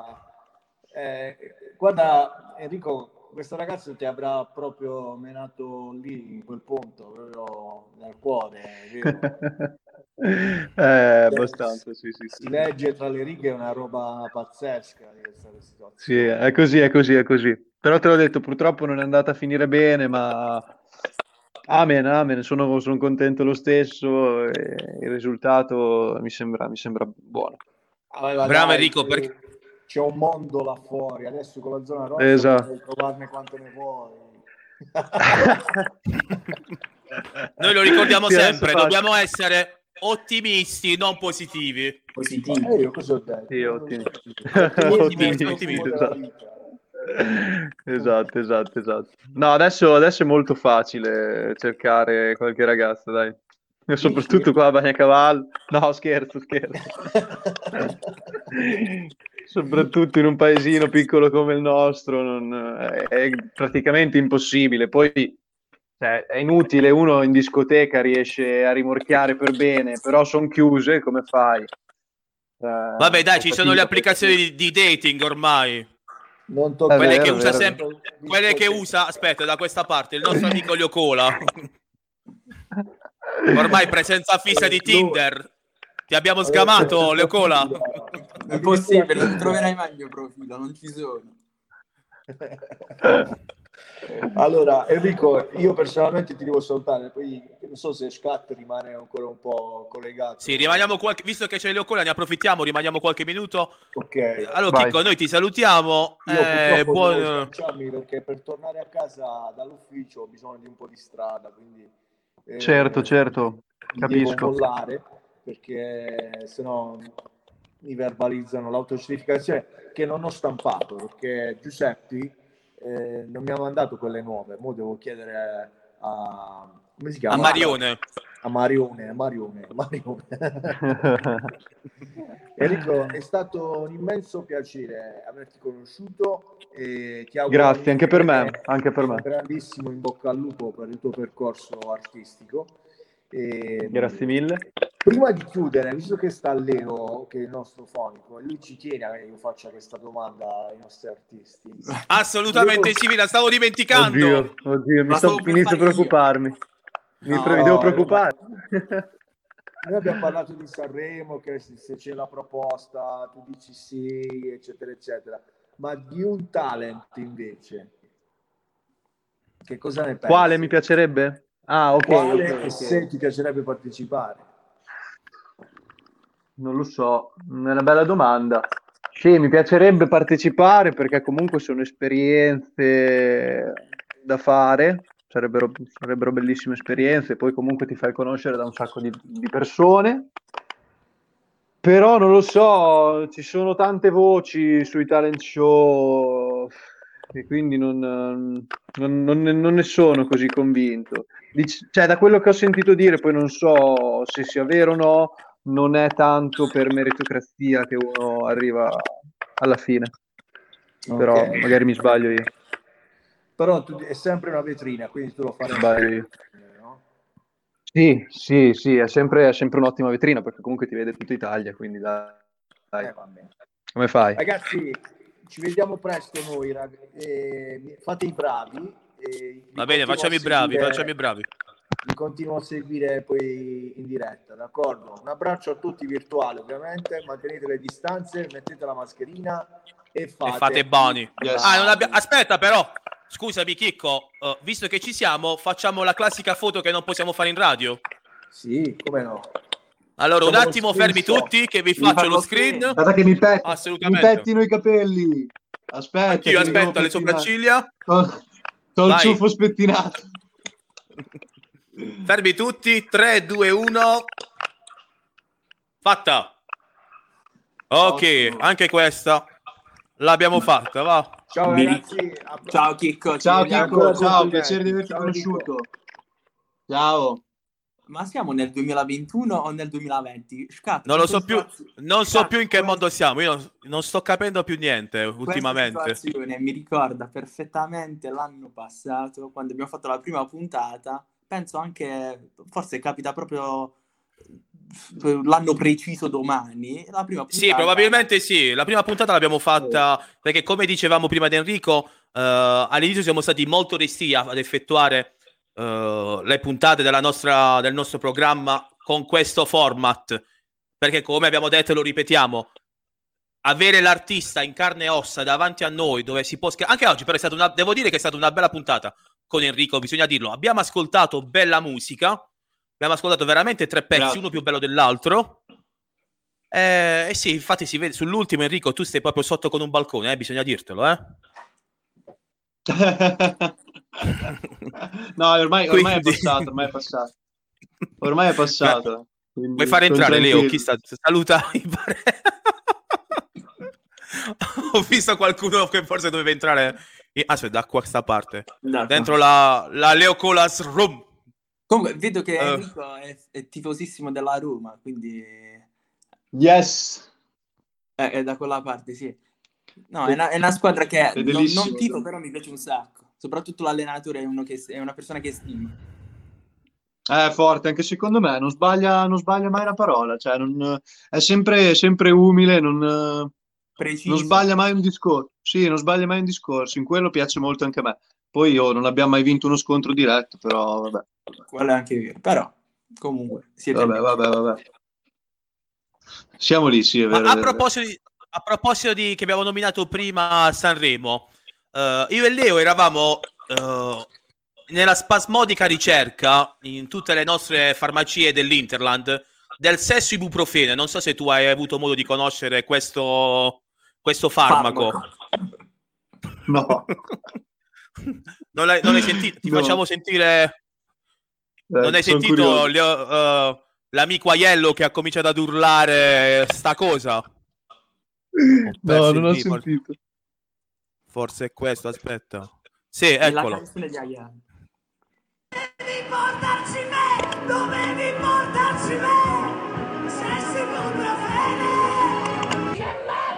Guarda Enrico, questo ragazzo ti avrà proprio menato lì in quel punto, proprio nel cuore, vero? Abbastanza, sì. Si legge tra le righe una roba pazzesca di questa situazione. Sì, è così. Però te l'ho detto, purtroppo non è andata a finire bene, ma amen, sono contento lo stesso e il risultato mi sembra buono. Bravo Enrico, perché c'è un mondo là fuori, adesso con la zona rossa Esatto. puoi trovarne quanto ne vuoi. noi lo ricordiamo Sì, adesso sempre, faccio. dobbiamo essere ottimisti, non positivi. Io cosa ho detto? Sì, Ottimisti, esatto. No, adesso è molto facile cercare qualche ragazza, dai. Soprattutto qua a Bagnacavallo. No, scherzo. Soprattutto in un paesino piccolo come il nostro è praticamente impossibile. Poi è inutile, uno in discoteca riesce a rimorchiare per bene, però sono chiuse, come fai? Vabbè, dai, ci sono le applicazioni di dating ormai. Non quelle che usa sempre, quelle che usa, aspetta, da questa parte, il nostro amico Leocola. Ormai presenza fissa di Tinder. Ti abbiamo scamato, Leocola. È impossibile, non troverai mai il mio profilo, non ci sono. Allora, Enrico, io personalmente ti devo salutare, poi non so se Scat rimane ancora un po' collegato. Sì, rimaniamo visto che c'è Leocola, ne approfittiamo, rimaniamo qualche minuto. Ok. Allora, Chicco, noi ti salutiamo. Io purtroppo devo sganciarmi perché per tornare a casa dall'ufficio ho bisogno di un po' di strada, quindi certo, capisco. Devo mollare perché sennò mi verbalizzano l'autocertificazione che non ho stampato perché Giuseppe non mi ha mandato quelle nuove. Mo devo chiedere a come si chiama? A Marione. Enrico, è stato un immenso piacere averti conosciuto e ti auguro grazie anche per me un grandissimo in bocca al lupo per il tuo percorso artistico. Grazie mille. Prima di chiudere, visto che sta Leo, che è il nostro fonico, e lui ci tiene a che io faccia questa domanda ai nostri artisti. Assolutamente sì, me la stavo dimenticando. Oddio, inizio a preoccuparmi. Mi devo preoccupare. Noi abbiamo parlato di Sanremo, che se c'è la proposta, tu dici sì, eccetera, eccetera. Ma di un talent invece, che cosa ne pensi? Quale mi piacerebbe? Ah, ok. Quale se ti piacerebbe partecipare? Non lo so, è una bella domanda. Sì, mi piacerebbe partecipare perché comunque sono esperienze da fare, sarebbero bellissime esperienze, poi comunque ti fai conoscere da un sacco di persone. Però non lo so, ci sono tante voci sui talent show e quindi non ne sono così convinto. Cioè, da quello che ho sentito dire, poi non so se sia vero o no, non è tanto per meritocrazia che uno arriva alla fine. Però magari mi sbaglio io. Però è sempre una vetrina, quindi tu lo farai. Sbaglio io. Sì, è sempre un'ottima vetrina perché comunque ti vede tutta Italia, quindi dai. Come fai? Ragazzi, ci vediamo presto noi, fate i bravi. Va bene, facciamo i bravi. Vi continuo a seguire poi in diretta, d'accordo? Un abbraccio a tutti virtuale, ovviamente, mantenete le distanze, mettete la mascherina e fate buoni. Aspetta però, scusami Chicco, visto che ci siamo, facciamo la classica foto che non possiamo fare in radio? Sì, come no? Allora, un attimo fermi tutti che vi faccio lo screen. Guarda che mi pettino i capelli. Aspetta. Anch'io aspetto le sopracciglia. T'ho il ciuffo spettinato. Fermi tutti, 3, 2, 1. Fatta. Ok, anche questa l'abbiamo fatta, va. Ciao ragazzi. Ciao Chicco. Ciao, piacere di averti conosciuto. Ciao. Ma siamo nel 2021 o nel 2020? Non lo so più, non so più in che mondo siamo, io non sto capendo più niente ultimamente. Questa situazione mi ricorda perfettamente l'anno passato, quando abbiamo fatto la prima puntata, penso anche, forse capita proprio l'anno preciso domani, la prima puntata... Sì, probabilmente sì, la prima puntata l'abbiamo fatta, perché come dicevamo prima di Enrico, all'inizio siamo stati molto restii ad effettuare le puntate del nostro programma con questo format, perché come abbiamo detto e lo ripetiamo, avere l'artista in carne e ossa davanti a noi, dove si può anche oggi però è stata devo dire che è stata una bella puntata con Enrico, bisogna dirlo, abbiamo ascoltato bella musica, abbiamo ascoltato veramente 3 pezzi, Grazie. uno più bello dell'altro. Sì, infatti si vede sull'ultimo, Enrico, tu stai proprio sotto con un balcone, bisogna dirtelo, No, ormai Quindi- è passato, ormai è passato. Quindi Vuoi fare sono entrare Leo? tranquillo. Chi sta? Saluta. Ho visto qualcuno che forse doveva entrare. Aspetta, da questa parte. Dentro la Leo Colas Room. Comunque, vedo che Enrico è tifosissimo della Roma, quindi Yes. è da quella parte, sì. No, è una squadra che Fedelissimo. non tifo, però mi piace un sacco. Soprattutto l'allenatore è una persona che stimo. È forte, anche secondo me, non sbaglia mai una parola, cioè è sempre umile, non Preciso. sbaglia mai un discorso. Sì, non sbaglia mai un discorso, in quello piace molto anche a me. Poi non abbiamo mai vinto uno scontro diretto, però vabbè. Quello è anche vero. Però, comunque, siete lì. Vabbè. Siamo lì, sì, è vero. Ma è vero. a proposito di che abbiamo nominato prima Sanremo, io e Leo eravamo nella spasmodica ricerca in tutte le nostre farmacie dell'Interland del sesso ibuprofene. Non so se tu hai avuto modo di conoscere questo farmaco. No. Non l'hai sentito? Ti No. facciamo sentire. Non hai sono sentito curioso. l'amico Aiello che ha cominciato ad urlare sta cosa? No, non ho sentito. Forse è questo, aspetta. Sì, È la eccolo. canzone di Ayane. Dovevi portarci me, dovevi portarci me, se si compra bene. Che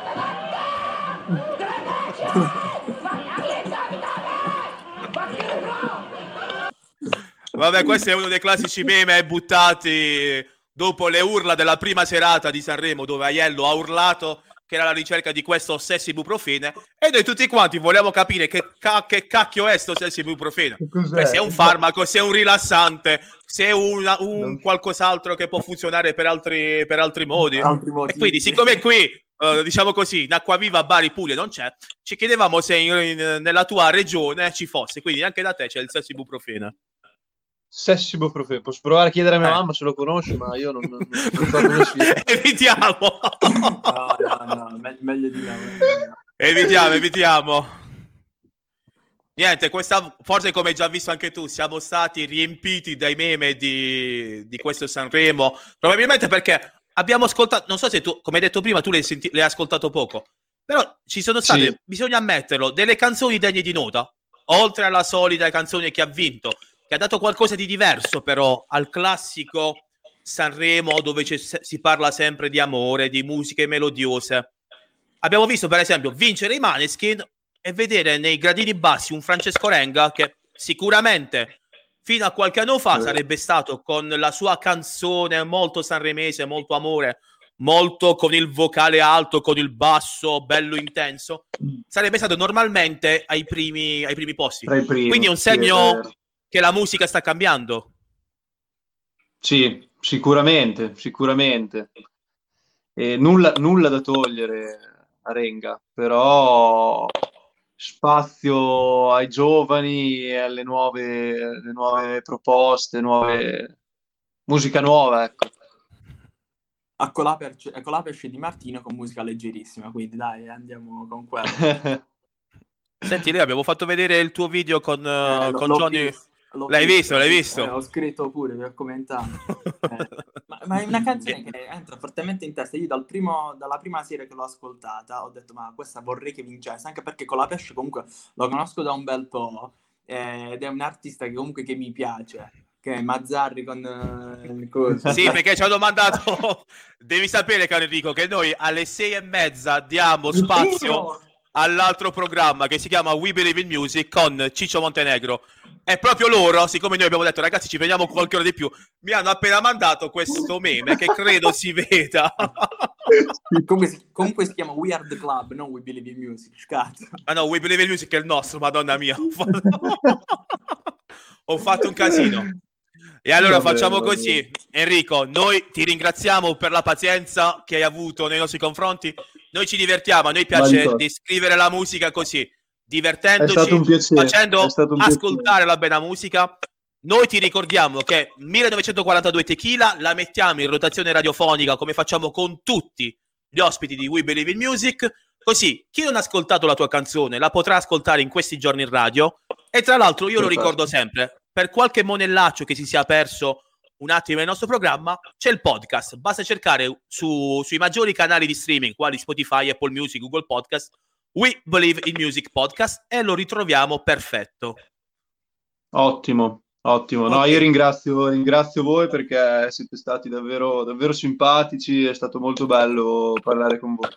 Vabbè, questo è uno dei classici meme buttati dopo le urla della prima serata di Sanremo, dove Aiello ha urlato che era alla ricerca di questo sesso ibuprofene, e noi tutti quanti vogliamo capire che cacchio è sto sesso ibuprofene. Cos'è? Se è un farmaco, se è un rilassante, se è un qualcos'altro che può funzionare per altri modi. Altri motivi. E quindi, siccome qui diciamo così, in Acquaviva, Bari, Puglia non c'è, ci chiedevamo se nella tua regione ci fosse, quindi anche da te c'è il sesso ibuprofene. Sesso ibuprofene. Posso provare a chiedere a mia mamma se lo conosce, ma io non so come sia. Evitiamo. No, meglio di no. Evitiamo. Niente, questa forse, come hai già visto anche tu, siamo stati riempiti dai meme di questo Sanremo, probabilmente perché abbiamo ascoltato, non so se tu, come hai detto prima, tu l'hai ascoltato poco, però ci sono state, Sì. bisogna ammetterlo, delle canzoni degne di nota, oltre alla solita canzone che ha vinto, che ha dato qualcosa di diverso però al classico Sanremo, dove si parla sempre di amore, di musiche melodiose. Abbiamo visto per esempio vincere i Maneskin e vedere nei gradini bassi un Francesco Renga che sicuramente fino a qualche anno fa sarebbe stato, con la sua canzone molto sanremese, molto amore, molto con il vocale alto, con il basso bello intenso, sarebbe stato normalmente ai primi posti. Tra i primi, Quindi è un sì, è segno vero. che la musica sta cambiando. Sì, sicuramente. E nulla da togliere a Renga, però spazio ai giovani e alle nuove proposte, musica nuova, ecco. A Colapesce di Martino con musica leggerissima, quindi dai, andiamo con quello. Senti, Leo, abbiamo fatto vedere il tuo video con L'ho Johnny. visto, L'hai visto? Ho scritto pure, vi ho commentato. Ma è una canzone che entra fortemente in testa. Io dalla prima sera che l'ho ascoltata ho detto, ma questa vorrei che vincesse, anche perché Colapesce comunque lo conosco da un bel po', ed è un artista che comunque che mi piace, che è Mazzarri con cosa. Sì, perché ci hanno mandato. Devi sapere, caro Enrico, che noi alle 6:30 diamo spazio all'altro programma che si chiama We Believe in Music con Ciccio Montenegro. E proprio loro, siccome noi abbiamo detto ragazzi ci vediamo qualche ora di più, mi hanno appena mandato questo meme che credo si veda. Comunque si chiama We Are The Club, non We Believe in Music, scatto. Ah no, We Believe in Music è il nostro, madonna mia. Ho fatto un casino. E allora Vabbè, facciamo vabbè. così, Enrico, noi ti ringraziamo per la pazienza che hai avuto nei nostri confronti, noi ci divertiamo, a noi piace Vai, descrivere la musica così, È divertendoci, stato un piacere. facendo È stato un ascoltare la bella musica. Noi ti ricordiamo che 1942 Tequila la mettiamo in rotazione radiofonica come facciamo con tutti gli ospiti di We Believe in Music, così chi non ha ascoltato la tua canzone la potrà ascoltare in questi giorni in radio. E tra l'altro io lo Perfetto. ricordo sempre, per qualche monellaccio che si sia perso un attimo nel nostro programma, c'è il podcast, basta cercare sui maggiori canali di streaming quali Spotify, Apple Music, Google Podcast, We Believe in Music Podcast, e lo ritroviamo perfetto. Ottimo. No, Ok. io ringrazio voi perché siete stati davvero, davvero simpatici, è stato molto bello parlare con voi.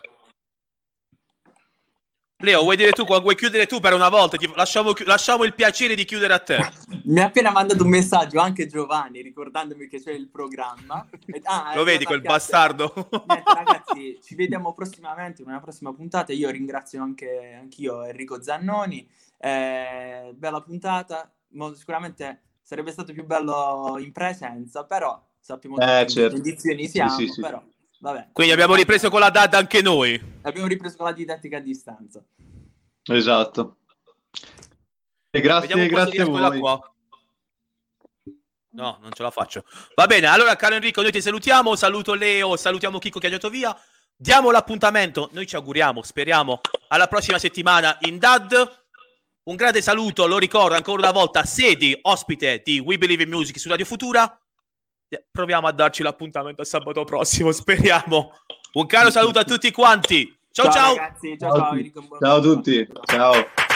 Leo, vuoi chiudere tu per una volta? Lasciamo il piacere di chiudere a te. Mi ha appena mandato un messaggio anche Giovanni ricordandomi che c'è il programma. Lo vedi quel bastardo? Niente, ragazzi, ci vediamo prossimamente in una prossima puntata. Io ringrazio anch'io Enrico Zannoni. Bella puntata. Sicuramente sarebbe stato più bello in presenza, però sappiamo tutti in che certo. condizioni siamo. Sì. Però, vabbè. Quindi abbiamo ripreso con la data anche noi. Abbiamo ripreso con la didattica a distanza. Esatto. E grazie a riesco da voi. qua. No, non ce la faccio. Va bene, allora caro Enrico, noi ti salutiamo, saluto Leo, salutiamo Chicco che è andato via. Diamo l'appuntamento, noi ci auguriamo, speriamo, alla prossima settimana in DAD. Un grande saluto, lo ricordo ancora una volta, Sedi, ospite di We Believe in Music su Radio Futura. Proviamo a darci l'appuntamento al sabato prossimo, speriamo. Un caro saluto a tutti quanti. Ciao. Ragazzi, ciao. Ciao a tutti. Ciao.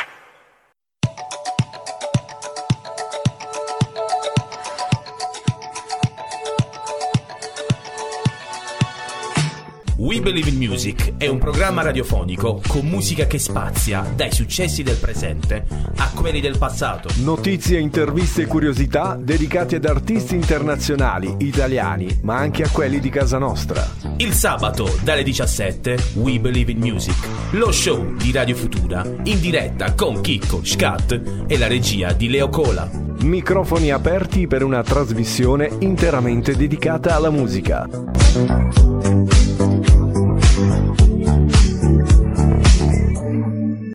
We Believe in Music è un programma radiofonico con musica che spazia dai successi del presente a quelli del passato. Notizie, interviste e curiosità dedicate ad artisti internazionali, italiani, ma anche a quelli di casa nostra. Il sabato dalle 17 We Believe in Music, lo show di Radio Futura in diretta con Chicco, Scat e la regia di Leo Cola. Microfoni aperti per una trasmissione interamente dedicata alla musica.